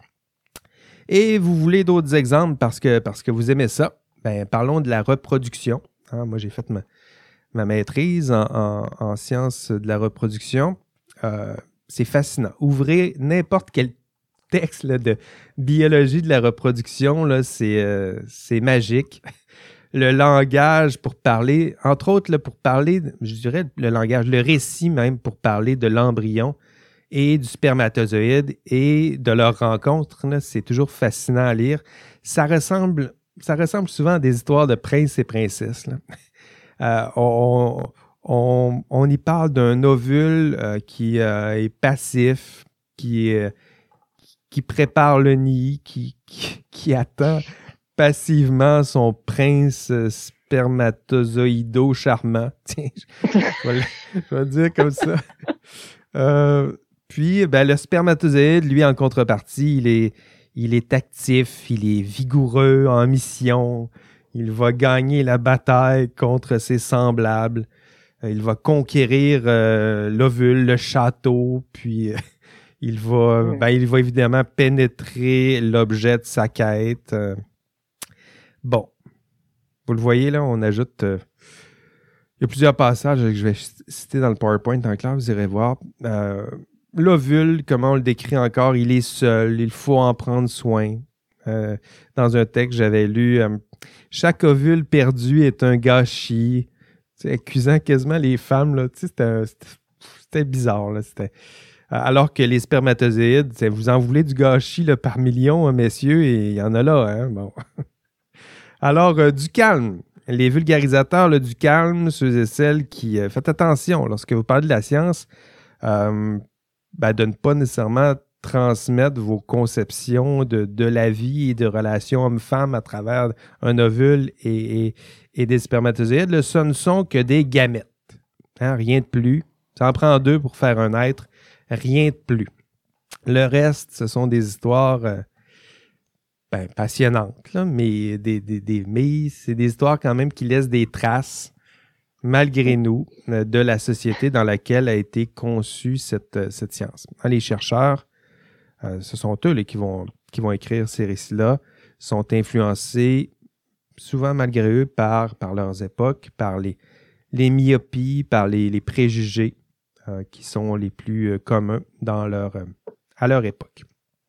Et vous voulez d'autres exemples parce que, parce que vous aimez ça? Ben, parlons de la reproduction. Hein, moi, j'ai fait ma, ma maîtrise en, en, en sciences de la reproduction. Euh, C'est fascinant. Ouvrez n'importe quel texte là, de biologie de la reproduction, là, c'est, euh, c'est magique. Le langage pour parler, entre autres, là, pour parler, je dirais le langage, le récit même pour parler de l'embryon et du spermatozoïde et de leur rencontre, là, c'est toujours fascinant à lire. Ça ressemble, ça ressemble souvent à des histoires de princes et princesses. Là. Euh, on, On, on y parle d'un ovule euh, qui euh, est passif, qui, euh, qui prépare le nid, qui, qui, qui attend passivement son prince spermatozoïdo charmant. Tiens, je, je, vais le, je vais le dire comme ça. Euh, puis, ben, le spermatozoïde, lui, en contrepartie, il est, il est actif, il est vigoureux, en mission. Il va gagner la bataille contre ses semblables. Il va conquérir euh, l'ovule, le château, puis euh, il, va, Mm. ben, il va évidemment pénétrer l'objet de sa quête. Euh, bon, vous le voyez là, on ajoute... Euh, il y a plusieurs passages que je vais citer dans le PowerPoint en classe, vous irez voir. Euh, l'ovule, comment on le décrit encore, il est seul, il faut en prendre soin. Euh, dans un texte, j'avais lu euh, « Chaque ovule perdu est un gâchis ». T'sais, accusant quasiment les femmes, là, c'était, c'était, c'était bizarre. Là, c'était... Alors que les spermatozoïdes, vous en voulez du gâchis là, par million, hein, messieurs, et il y en a là. Hein? Bon. Alors, euh, du calme. les vulgarisateurs là, du calme, ceux et celles qui... Euh, faites attention, lorsque vous parlez de la science, euh, ben, de ne pas nécessairement transmettre vos conceptions de, de la vie et de relations hommes-femmes à travers un ovule et, et, et des spermatozoïdes. Là, ce ne sont que des gamètes. Hein, rien de plus. Ça en prend deux pour faire un être. Rien de plus. Le reste, ce sont des histoires... Euh, Ben, passionnante, là, mais, des, des, des, mais c'est des histoires quand même qui laissent des traces, malgré nous, euh, de la société dans laquelle a été conçue cette, cette science. Les chercheurs, euh, ce sont eux là, qui, vont, qui vont écrire ces récits-là, sont influencés, souvent malgré eux, par, par leurs époques, par les, les myopies, par les, les préjugés euh, qui sont les plus euh, communs dans leur, euh, à leur époque.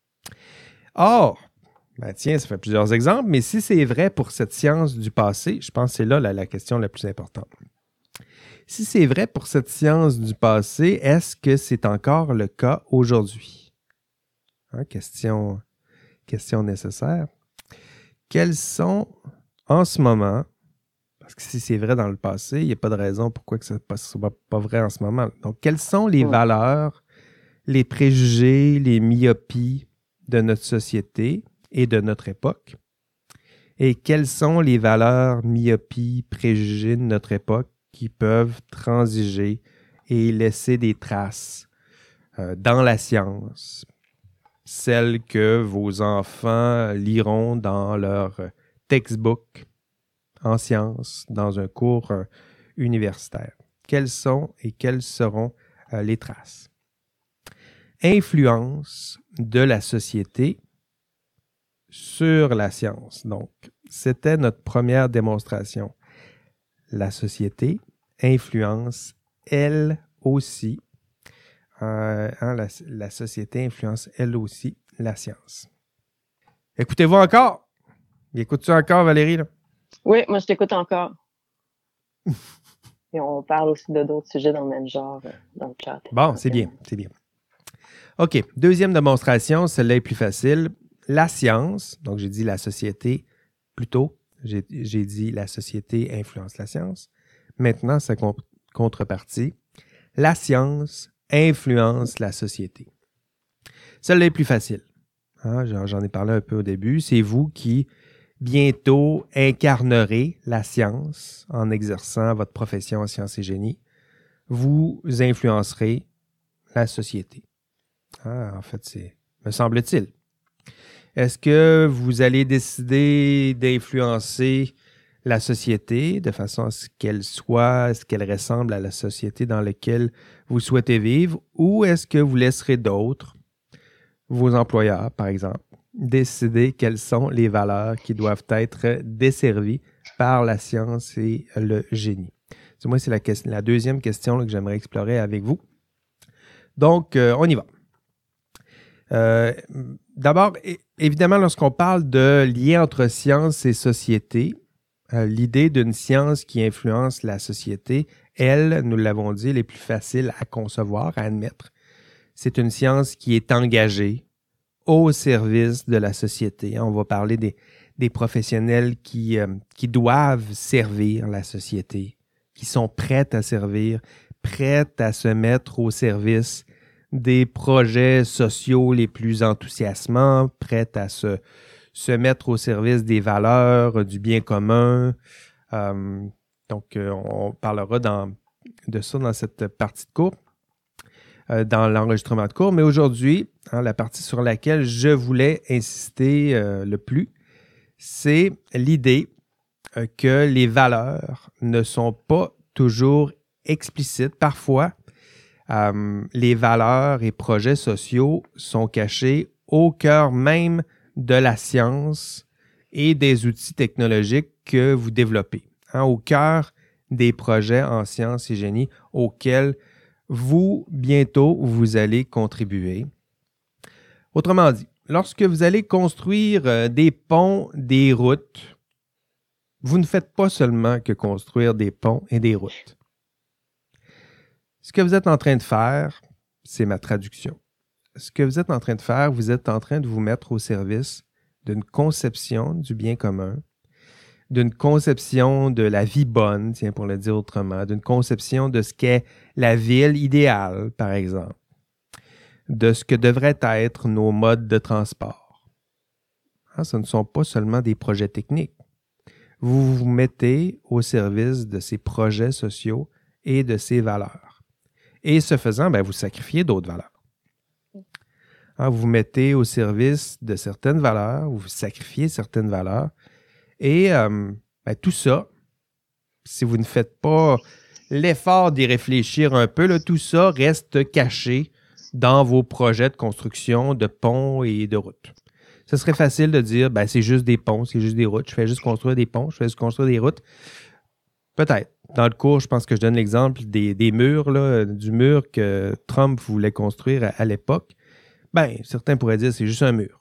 Or, ben tiens, ça fait plusieurs exemples, mais si c'est vrai pour cette science du passé, je pense que c'est là la, la question la plus importante. Si c'est vrai pour cette science du passé, est-ce que c'est encore le cas aujourd'hui? Hein, question, question nécessaire. Quels sont, en ce moment, parce que si c'est vrai dans le passé, il n'y a pas de raison pourquoi que ça ne soit pas vrai en ce moment. Donc, quelles sont les valeurs, les préjugés, les myopies de notre société et de notre époque? Et quelles sont les valeurs, myopies, préjugés de notre époque qui peuvent transiger et laisser des traces euh, dans la science, celles que vos enfants liront dans leur textbook en sciences, dans un cours euh, universitaire? Quelles sont et quelles seront euh, les traces? Influence de la société sur la science. Donc, c'était notre première démonstration. La société influence, elle aussi, euh, hein, la, la société influence, elle aussi, la science. Écoutez-vous encore? Écoutes-tu encore, Valérie? Là? Oui, moi, je t'écoute encore. Et on parle aussi de d'autres sujets dans le même genre, dans le chat. Bon, c'est bien, c'est bien. OK, deuxième démonstration, celle-là est plus facile. La science, donc j'ai dit la société plus tôt, j'ai, j'ai dit la société influence la science. Maintenant, sa con- contrepartie, la science influence la société. Celle-là est plus facile. Hein, j'en, j'en ai parlé un peu au début. C'est vous qui, bientôt, incarnerez la science en exerçant votre profession en sciences et génie. Vous influencerez la société. Ah, en fait, c'est, me semble-t-il. Est-ce que vous allez décider d'influencer la société de façon à ce qu'elle soit, à ce qu'elle ressemble à la société dans laquelle vous souhaitez vivre, ou est-ce que vous laisserez d'autres, vos employeurs par exemple, décider quelles sont les valeurs qui doivent être desservies par la science et le génie? Du moins, c'est la, question, la deuxième question là, que j'aimerais explorer avec vous. Donc, euh, on y va. Euh, d'abord, é- évidemment, lorsqu'on parle de lien entre science et société, euh, l'idée d'une science qui influence la société, elle, nous l'avons dit, elle est plus facile à concevoir, à admettre. C'est une science qui est engagée au service de la société. On va parler des, des professionnels qui, euh, qui doivent servir la société, qui sont prêts à servir, prêts à se mettre au service des projets sociaux les plus enthousiasmants, prêts à se, se mettre au service des valeurs, du bien commun. Euh, donc, euh, on parlera dans, de ça dans cette partie de cours, euh, dans l'enregistrement de cours. Mais aujourd'hui, hein, la partie sur laquelle je voulais insister euh, le plus, c'est l'idée euh, que les valeurs ne sont pas toujours explicites. Parfois, Euh, les valeurs et projets sociaux sont cachés au cœur même de la science et des outils technologiques que vous développez, hein, au cœur des projets en sciences et génie auxquels vous, bientôt, vous allez contribuer. Autrement dit, lorsque vous allez construire euh, des ponts, des routes, vous ne faites pas seulement que construire des ponts et des routes. Ce que vous êtes en train de faire, c'est ma traduction. Ce que vous êtes en train de faire, vous êtes en train de vous mettre au service d'une conception du bien commun, d'une conception de la vie bonne, tiens, pour le dire autrement, d'une conception de ce qu'est la ville idéale, par exemple, de ce que devraient être nos modes de transport. Hein, ce ne sont pas seulement des projets techniques. Vous vous mettez au service de ces projets sociaux et de ces valeurs. Et ce faisant, ben, vous sacrifiez d'autres valeurs. Hein, vous vous mettez au service de certaines valeurs, vous sacrifiez certaines valeurs. Et euh, ben, tout ça, si vous ne faites pas l'effort d'y réfléchir un peu, là, tout ça reste caché dans vos projets de construction de ponts et de routes. Ce serait facile de dire, ben, c'est juste des ponts, c'est juste des routes, je fais juste construire des ponts, je fais juste construire des routes. Peut-être. Dans le cours, je pense que je donne l'exemple des, des murs, là, du mur que Trump voulait construire à, à l'époque. Ben, certains pourraient dire, c'est juste un mur.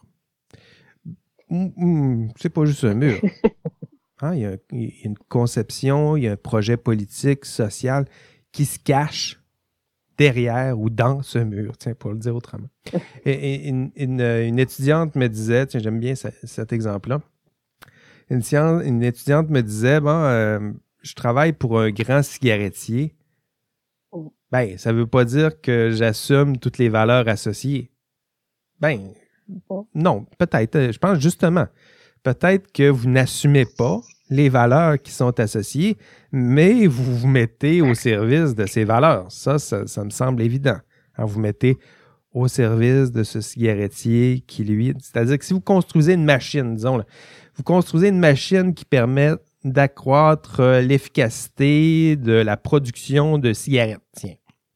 Hum, hum, c'est pas juste un mur. Hein, il y a, il y a une conception, il y a un projet politique, social qui se cache derrière ou dans ce mur, tiens, pour le dire autrement. Et, et une, une, une étudiante me disait, tiens, j'aime bien ce, cet exemple-là, une, science, une étudiante me disait, bon, euh, je travaille pour un grand cigarettier. Ben, ça veut pas dire que j'assume toutes les valeurs associées. Ben, non, peut-être. Je pense justement, peut-être que vous n'assumez pas les valeurs qui sont associées, mais vous vous mettez au service de ces valeurs. Ça, ça, ça me semble évident. Alors, vous mettez au service de ce cigarettier qui, lui... C'est-à-dire que si vous construisez une machine, disons, là, vous construisez une machine qui permet d'accroître l'efficacité de la production de cigarettes, tiens.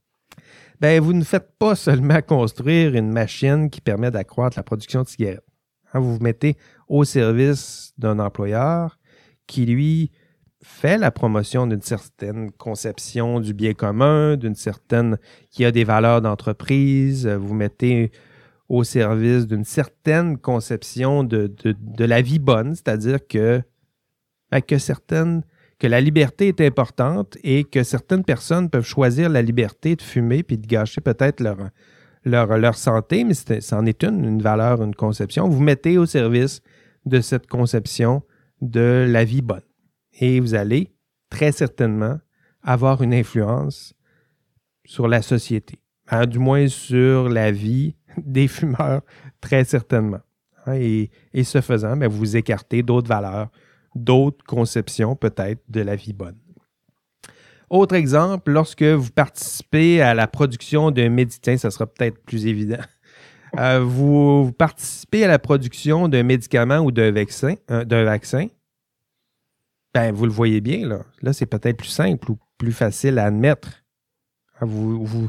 Ben, vous ne faites pas seulement construire une machine qui permet d'accroître la production de cigarettes. Hein, vous vous mettez au service d'un employeur qui, lui, fait la promotion d'une certaine conception du bien commun, d'une certaine... qui a des valeurs d'entreprise. Vous vous mettez au service d'une certaine conception de, de, de la vie bonne, c'est-à-dire que, ben, que certaines... que la liberté est importante et que certaines personnes peuvent choisir la liberté de fumer puis de gâcher peut-être leur, leur, leur santé, mais c'est, c'en est une, une valeur, une conception. Vous mettez au service de cette conception de la vie bonne. Et vous allez très certainement avoir une influence sur la société, hein, du moins sur la vie des fumeurs, très certainement. Hein, et, et ce faisant, bien, vous écartez d'autres valeurs, d'autres conceptions peut-être de la vie bonne. Autre exemple, lorsque vous participez à la production d'un médicament, ça sera peut-être plus évident. Euh, vous, vous participez à la production d'un médicament ou d'un vaccin, euh, d'un vaccin, ben vous le voyez bien, là. Là, c'est peut-être plus simple ou plus facile à admettre. Vous vous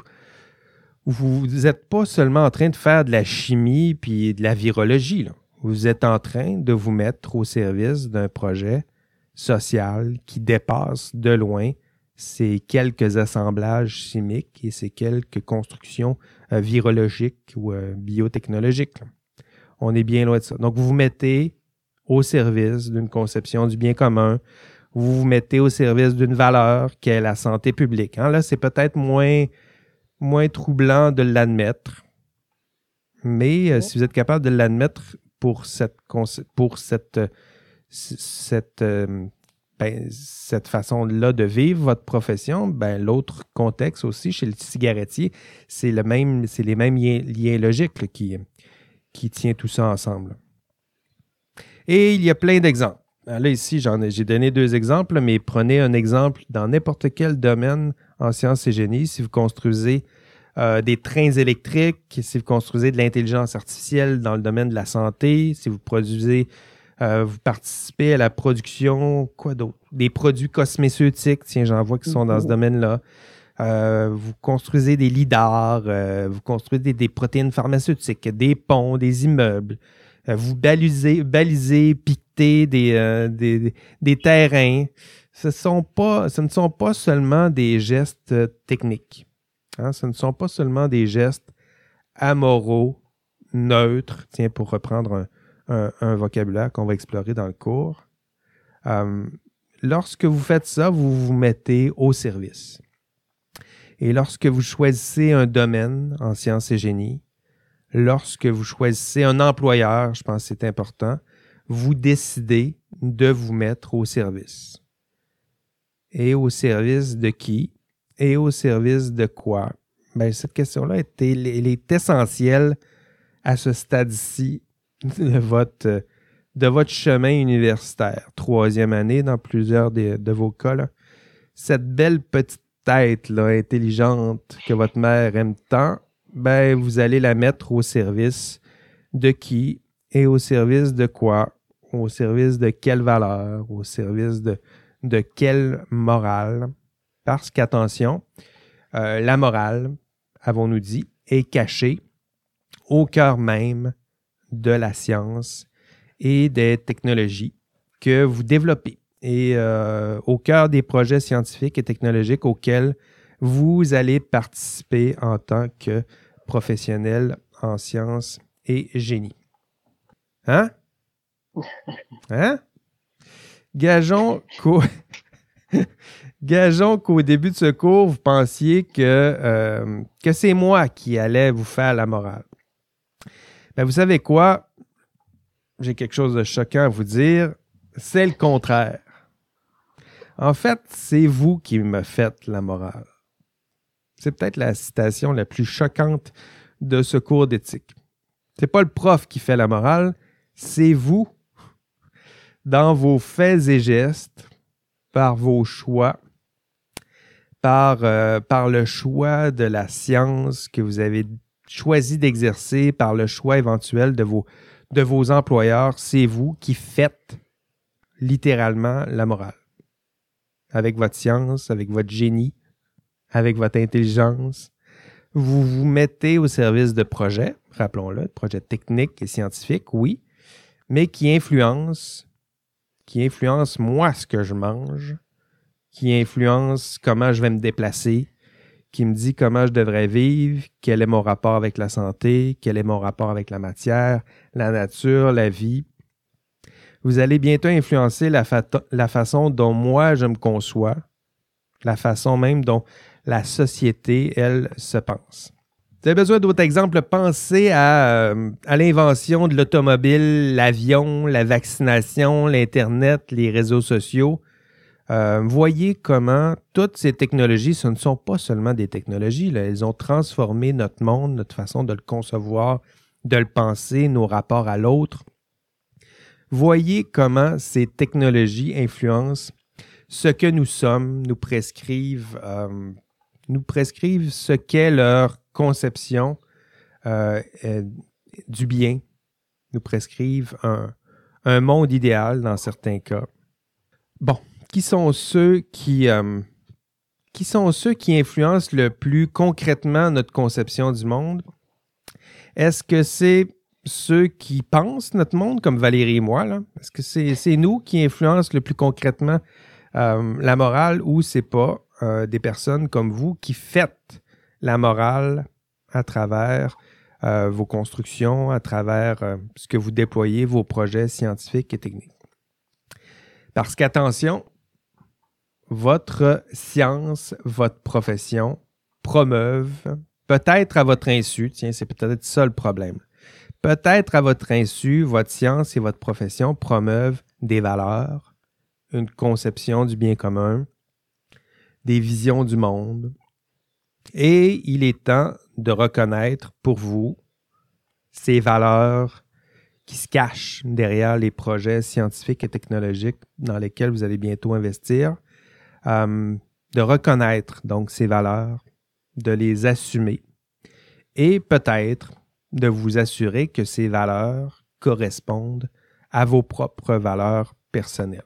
vous êtes pas seulement en train de faire de la chimie puis de la virologie, là. Vous êtes en train de vous mettre au service d'un projet social qui dépasse de loin ces quelques assemblages chimiques et ces quelques constructions euh, virologiques ou euh, biotechnologiques. On est bien loin de ça. Donc, vous vous mettez au service d'une conception du bien commun. Vous vous mettez au service d'une valeur qui est la santé publique. Hein? Là, c'est peut-être moins, moins troublant de l'admettre, mais euh, si vous êtes capable de l'admettre pour cette, pour cette, cette, euh, ben, cette façon-là de vivre votre profession, ben, l'autre contexte aussi, chez le cigarettier, c'est, le même, c'est les mêmes liens, liens logiques là, qui, qui tient tout ça ensemble. Et il y a plein d'exemples. Là, ici, j'en ai, j'ai donné deux exemples, mais prenez un exemple dans n'importe quel domaine en sciences et génie. Si vous construisez euh, des trains électriques, si vous construisez de l'intelligence artificielle dans le domaine de la santé, si vous produisez, euh, vous participez à la production, quoi d'autre? Des produits cosméceutiques, tiens, j'en vois qui sont dans ce domaine-là. Euh, vous construisez des lidars, euh, vous construisez des, des protéines pharmaceutiques, des ponts, des immeubles. Euh, vous balisez, balisez, piquetez des, euh, des, des, des terrains. Ce sont pas, ce ne sont pas seulement des gestes euh, techniques. Hein? Ce ne sont pas seulement des gestes amoraux, neutres, tiens, pour reprendre un, un, un vocabulaire qu'on va explorer dans le cours. Euh, lorsque vous faites ça, vous vous mettez au service. Et lorsque vous choisissez un domaine en sciences et génie, lorsque vous choisissez un employeur, je pense que c'est important, vous décidez de vous mettre au service. Et au service de qui? Et au service de quoi? Bien, cette question-là est, elle est essentielle à ce stade-ci de votre, de votre chemin universitaire. Troisième année dans plusieurs de, de vos cas. Là. Cette belle petite tête là, intelligente que votre mère aime tant, ben, vous allez la mettre au service de qui et au service de quoi? Au service de quelle valeur? Au service de, de quelle morale? Parce qu'attention, euh, la morale, avons-nous dit, est cachée au cœur même de la science et des technologies que vous développez et euh, au cœur des projets scientifiques et technologiques auxquels vous allez participer en tant que professionnel en sciences et génie. Hein? Hein? Gageons qu'au... Gageons qu'au début de ce cours, vous pensiez que, euh, que c'est moi qui allais vous faire la morale. Ben, vous savez quoi? J'ai quelque chose de choquant à vous dire. C'est le contraire. En fait, c'est vous qui me faites la morale. C'est peut-être la citation la plus choquante de ce cours d'éthique. C'est pas le prof qui fait la morale, c'est vous, dans vos faits et gestes, par vos choix, par, euh, par le choix de la science que vous avez choisi d'exercer, par le choix éventuel de vos, de vos employeurs, c'est vous qui faites littéralement la morale. Avec votre science, avec votre génie, avec votre intelligence, vous vous mettez au service de projets, rappelons-le, de projets techniques et scientifiques, oui, mais qui influencent, qui influencent moi ce que je mange, qui influencent comment je vais me déplacer, qui me dit comment je devrais vivre, quel est mon rapport avec la santé, quel est mon rapport avec la matière, la nature, la vie. Vous allez bientôt influencer la, fa- la façon dont moi je me conçois, la façon même dont la société, elle, se pense. Vous avez besoin d'autres exemples? Pensez à, euh, à l'invention de l'automobile, l'avion, la vaccination, l'Internet, les réseaux sociaux. Euh, voyez comment toutes ces technologies, ce ne sont pas seulement des technologies, là, elles ont transformé notre monde, notre façon de le concevoir, de le penser, nos rapports à l'autre. Voyez comment ces technologies influencent ce que nous sommes, nous prescrivent, euh, nous prescrivent ce qu'est leur conception euh, euh, du bien, nous prescrivent un, un monde idéal dans certains cas. Bon, qui sont ceux qui, euh, qui sont ceux qui influencent le plus concrètement notre conception du monde? Est-ce que c'est ceux qui pensent notre monde, comme Valérie et moi, là? Est-ce que c'est, c'est nous qui influencent le plus concrètement euh, la morale ou c'est pas euh, des personnes comme vous qui faites la morale à travers euh, vos constructions, à travers euh, ce que vous déployez, vos projets scientifiques et techniques? Parce qu'attention, votre science, votre profession promeuvent, peut-être à votre insu, tiens, c'est peut-être ça le problème, peut-être à votre insu, votre science et votre profession promeuvent des valeurs, une conception du bien commun, des visions du monde. Et il est temps de reconnaître pour vous ces valeurs qui se cachent derrière les projets scientifiques et technologiques dans lesquels vous allez bientôt investir, euh, de reconnaître donc ces valeurs, de les assumer et peut-être de vous assurer que ces valeurs correspondent à vos propres valeurs personnelles.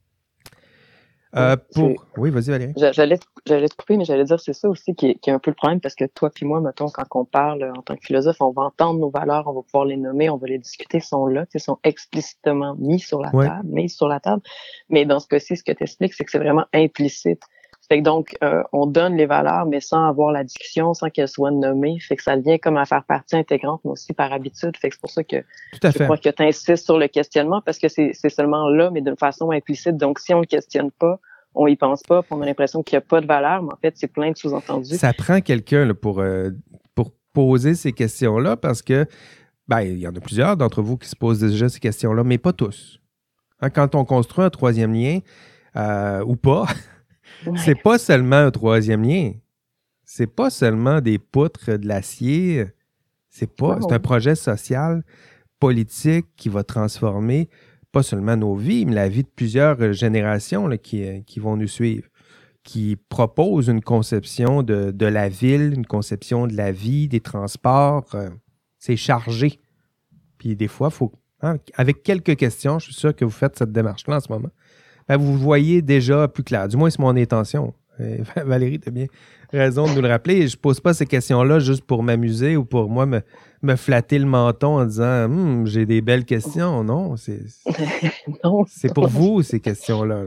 Euh, pour... Oui, vas-y Valérie. J'allais te, j'allais te couper, mais j'allais dire c'est ça aussi qui est, qui est un peu le problème parce que toi puis moi, mettons, quand on parle en tant que philosophe, on va entendre nos valeurs, on va pouvoir les nommer, on va les discuter, sont là, ils sont explicitement mis sur la ouais. table, mis sur la table. Mais dans ce cas-ci, ce que tu expliques, c'est que c'est vraiment implicite. Fait que donc, euh, on donne les valeurs, mais sans avoir la discussion, sans qu'elles soient nommées. Fait que ça devient comme à faire partie intégrante, mais aussi par habitude. Fait que c'est pour ça que Tout à je fait. crois que tu insistes sur le questionnement parce que c'est, c'est seulement là, mais d'une façon implicite. Donc, si on le questionne pas, on y pense pas, puis on a l'impression qu'il n'y a pas de valeur, mais en fait, c'est plein de sous-entendus. Ça prend quelqu'un là, pour, euh, pour poser ces questions-là parce que Ben, il y en a plusieurs d'entre vous qui se posent déjà ces questions-là, mais pas tous. Hein, quand on construit un troisième lien, euh, ou pas, Ouais. c'est pas seulement un troisième lien. C'est pas seulement des poutres, de l'acier. C'est pas. Non. C'est un projet social, politique qui va transformer pas seulement nos vies, mais la vie de plusieurs générations là, qui, qui vont nous suivre, qui propose une conception de, de la ville, une conception de la vie, des transports. Euh, c'est chargé. Puis des fois, il faut. Hein, avec quelques questions, je suis sûr que vous faites cette démarche-là en ce moment. Ben, vous voyez déjà plus clair. Du moins, c'est mon intention. Et Valérie, tu as bien raison de nous le rappeler. Je ne pose pas ces questions-là juste pour m'amuser ou pour moi me, me flatter le menton en disant hm, j'ai des belles questions. Non, c'est, non. c'est pour vous, ces questions-là. Là.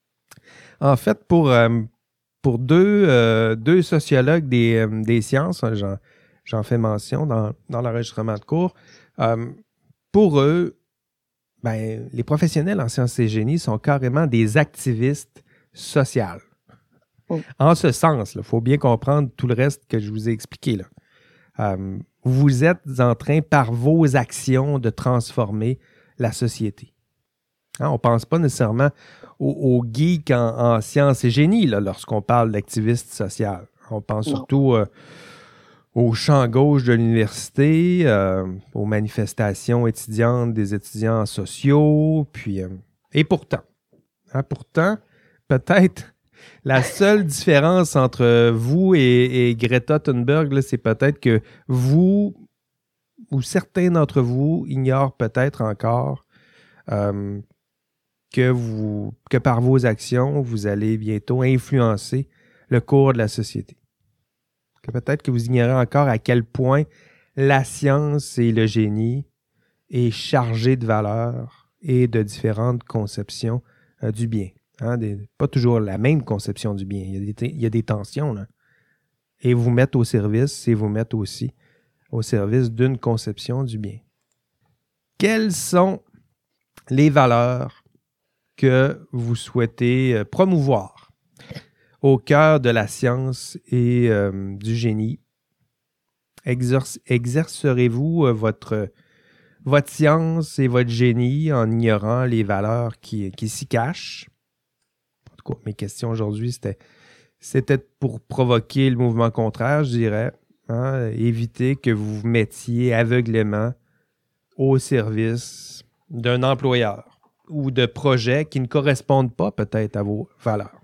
En fait, pour, euh, pour deux, euh, deux sociologues des, euh, des sciences, j'en, j'en fais mention dans, dans l'enregistrement de cours, euh, pour eux, ben, les professionnels en sciences et génie sont carrément des activistes sociaux. Oh. En ce sens, il faut bien comprendre tout le reste que je vous ai expliqué. Là. Euh, vous êtes en train, par vos actions, de transformer la société. Hein, on ne pense pas nécessairement aux, aux geeks en, en sciences et génie là, lorsqu'on parle d'activistes sociaux. On pense Non. surtout euh, au champ gauche de l'université, euh, aux manifestations étudiantes des étudiants sociaux. Puis, euh, et pourtant, hein, pourtant, peut-être la seule différence entre vous et, et Greta Thunberg, là, c'est peut-être que vous, ou certains d'entre vous, ignorent peut-être encore euh, que, vous, que par vos actions, vous allez bientôt influencer le cours de la société. Que peut-être que vous ignorez encore à quel point la science et le génie est chargé de valeurs et de différentes conceptions euh, du bien. Hein, des, pas toujours la même conception du bien. Il y a des, il y a des tensions, là. Et vous mettre au service, c'est vous mettre aussi au service d'une conception du bien. Quelles sont les valeurs que vous souhaitez promouvoir au cœur de la science et euh, du génie? Exerce, exercerez-vous euh, votre, votre science et votre génie en ignorant les valeurs qui, qui s'y cachent? En tout cas, mes questions aujourd'hui, c'était, c'était pour provoquer le mouvement contraire, je dirais. Hein, éviter que vous vous mettiez aveuglément au service d'un employeur ou de projets qui ne correspondent pas peut-être à vos valeurs.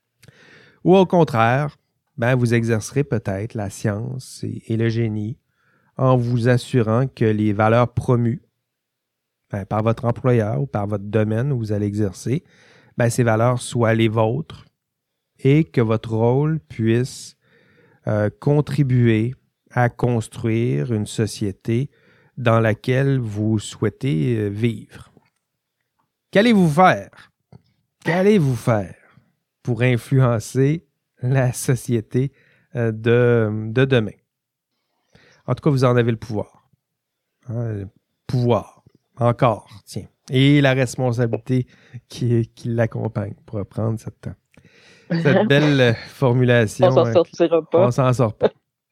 Ou au contraire, ben, vous exercerez peut-être la science et, et le génie en vous assurant que les valeurs promues ben, par votre employeur ou par votre domaine où vous allez exercer, ben, ces valeurs soient les vôtres et que votre rôle puisse euh, contribuer à construire une société dans laquelle vous souhaitez euh, vivre. Qu'allez-vous faire? Qu'allez-vous faire pour influencer la société euh, de, de demain? En tout cas, vous en avez le pouvoir. Hein, le pouvoir. Encore, tiens. Et la responsabilité qui, qui l'accompagne, pour reprendre cette, cette belle formulation. On s'en sortira pas. On s'en sort pas.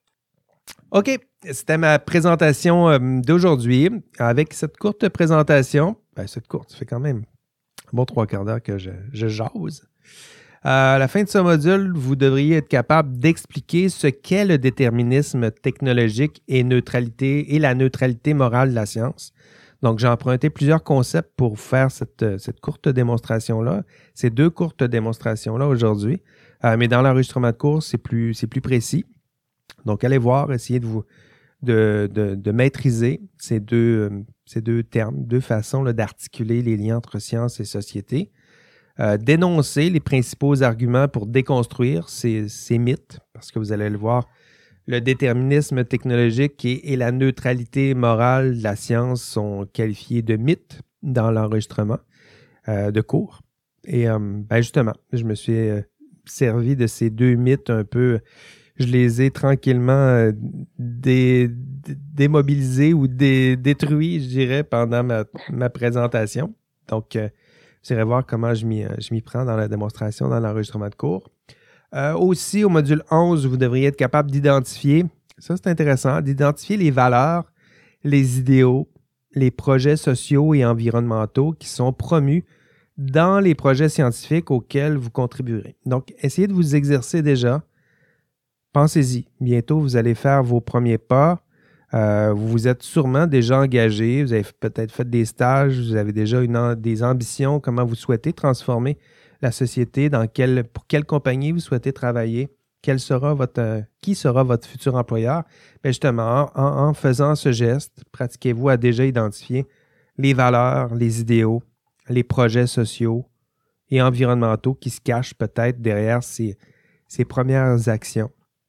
OK, c'était ma présentation euh, d'aujourd'hui. Avec cette courte présentation, ben, cette courte, ça fait quand même un bon trois quarts d'heure que je, je jase. À la fin de ce module, vous devriez être capable d'expliquer ce qu'est le déterminisme technologique et, neutralité, et la neutralité morale de la science. Donc, j'ai emprunté plusieurs concepts pour faire cette, cette courte démonstration-là, ces deux courtes démonstrations-là aujourd'hui. Euh, mais dans l'enregistrement de cours, c'est plus, c'est plus précis. Donc, allez voir, essayez de, vous, de, de, de maîtriser ces deux, euh, ces deux termes, deux façons là, d'articuler les liens entre science et société. Euh, dénoncer les principaux arguments pour déconstruire ces, ces mythes, parce que vous allez le voir, le déterminisme technologique et, et la neutralité morale de la science sont qualifiés de mythes dans l'enregistrement euh, de cours. Et euh, ben justement, je me suis euh, servi de ces deux mythes un peu, je les ai tranquillement euh, dé, dé, démobilisés ou dé, détruits, je dirais, pendant ma, ma présentation. Donc, euh, vous irez voir comment je m'y, je m'y prends dans la démonstration, dans l'enregistrement de cours. Euh, aussi, au module onze, vous devriez être capable d'identifier, ça c'est intéressant, d'identifier les valeurs les idéaux, les projets sociaux et environnementaux qui sont promus dans les projets scientifiques auxquels vous contribuerez. Donc, essayez de vous exercer déjà. Pensez-y. Bientôt, vous allez faire vos premiers pas. Euh, vous vous êtes sûrement déjà engagé. Vous avez peut-être fait des stages. Vous avez déjà une, des ambitions. Comment vous souhaitez transformer la société? Dans quelle, pour quelle compagnie vous souhaitez travailler? Quel sera votre, euh, qui sera votre futur employeur? Bien justement, en, en faisant ce geste, pratiquez-vous à déjà identifier les valeurs, les idéaux, les projets sociaux et environnementaux qui se cachent peut-être derrière ces, ces premières actions.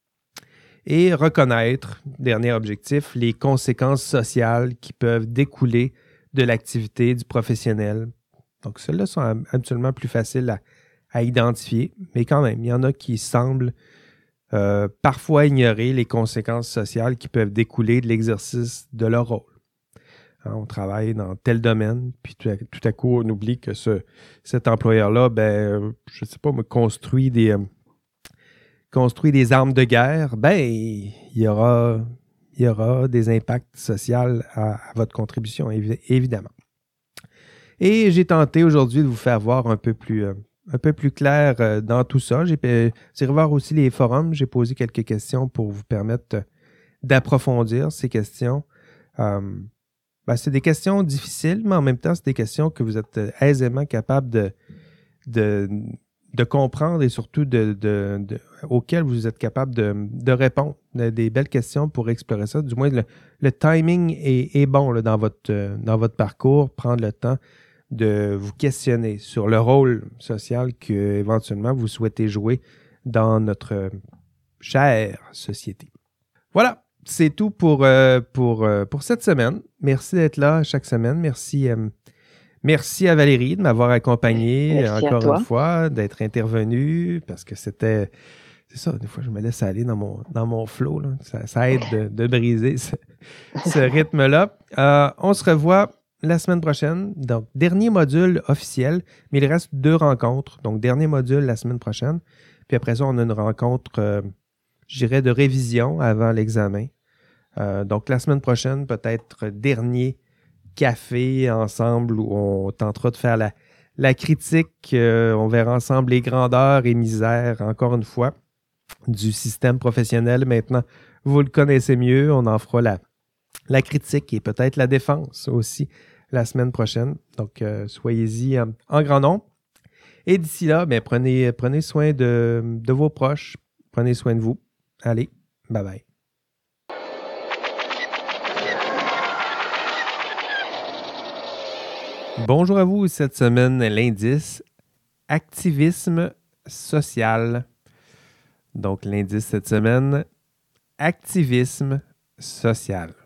Et reconnaître, dernier objectif, les conséquences sociales qui peuvent découler de l'activité du professionnel. Donc, celles-là sont absolument plus faciles à, à identifier, mais quand même, il y en a qui semblent euh, parfois ignorer les conséquences sociales qui peuvent découler de l'exercice de leur rôle. On travaille dans tel domaine, puis tout à, tout à coup, on oublie que ce, cet employeur-là, ben, je ne sais pas, me construit des, euh, construit des armes de guerre. Ben, il y aura, il y aura des impacts sociaux à, à votre contribution, évi- évidemment. Et j'ai tenté aujourd'hui de vous faire voir un peu plus, euh, un peu plus clair euh, dans tout ça. J'ai, j'ai revoir aussi les forums. J'ai posé quelques questions pour vous permettre d'approfondir ces questions. Euh, Ben, c'est des questions difficiles, mais en même temps, c'est des questions que vous êtes aisément capable de, de, de comprendre et surtout de, de, de, auxquelles vous êtes capable de, de répondre. Des belles questions pour explorer ça. Du moins, le, le timing est, est bon là, dans, votre, dans votre parcours. Prendre le temps de vous questionner sur le rôle social que éventuellement vous souhaitez jouer dans notre chère société. Voilà. C'est tout pour, euh, pour, euh, pour cette semaine. Merci d'être là chaque semaine. Merci, euh, merci à Valérie de m'avoir accompagné merci encore une fois, d'être intervenue parce que c'était... C'est ça, des fois, je me laisse aller dans mon, dans mon flow. Là. Ça, ça aide de, de briser ce, ce rythme-là. Euh, on se revoit la semaine prochaine. Donc, dernier module officiel, mais il reste deux rencontres. Donc, dernier module la semaine prochaine. Puis après ça, on a une rencontre, euh, je dirais, de révision avant l'examen. Euh, donc, la semaine prochaine, peut-être dernier café ensemble où on tentera de faire la, la critique. Euh, on verra ensemble les grandeurs et misères, encore une fois, du système professionnel. Maintenant, vous le connaissez mieux. On en fera la, la critique et peut-être la défense aussi la semaine prochaine. Donc, euh, soyez-y en, en grand nombre. Et d'ici là, bien, prenez, prenez soin de, de vos proches. Prenez soin de vous. Allez, bye-bye. Bonjour à vous, cette semaine, l'indice activisme social. Donc, l'indice cette semaine, activisme social.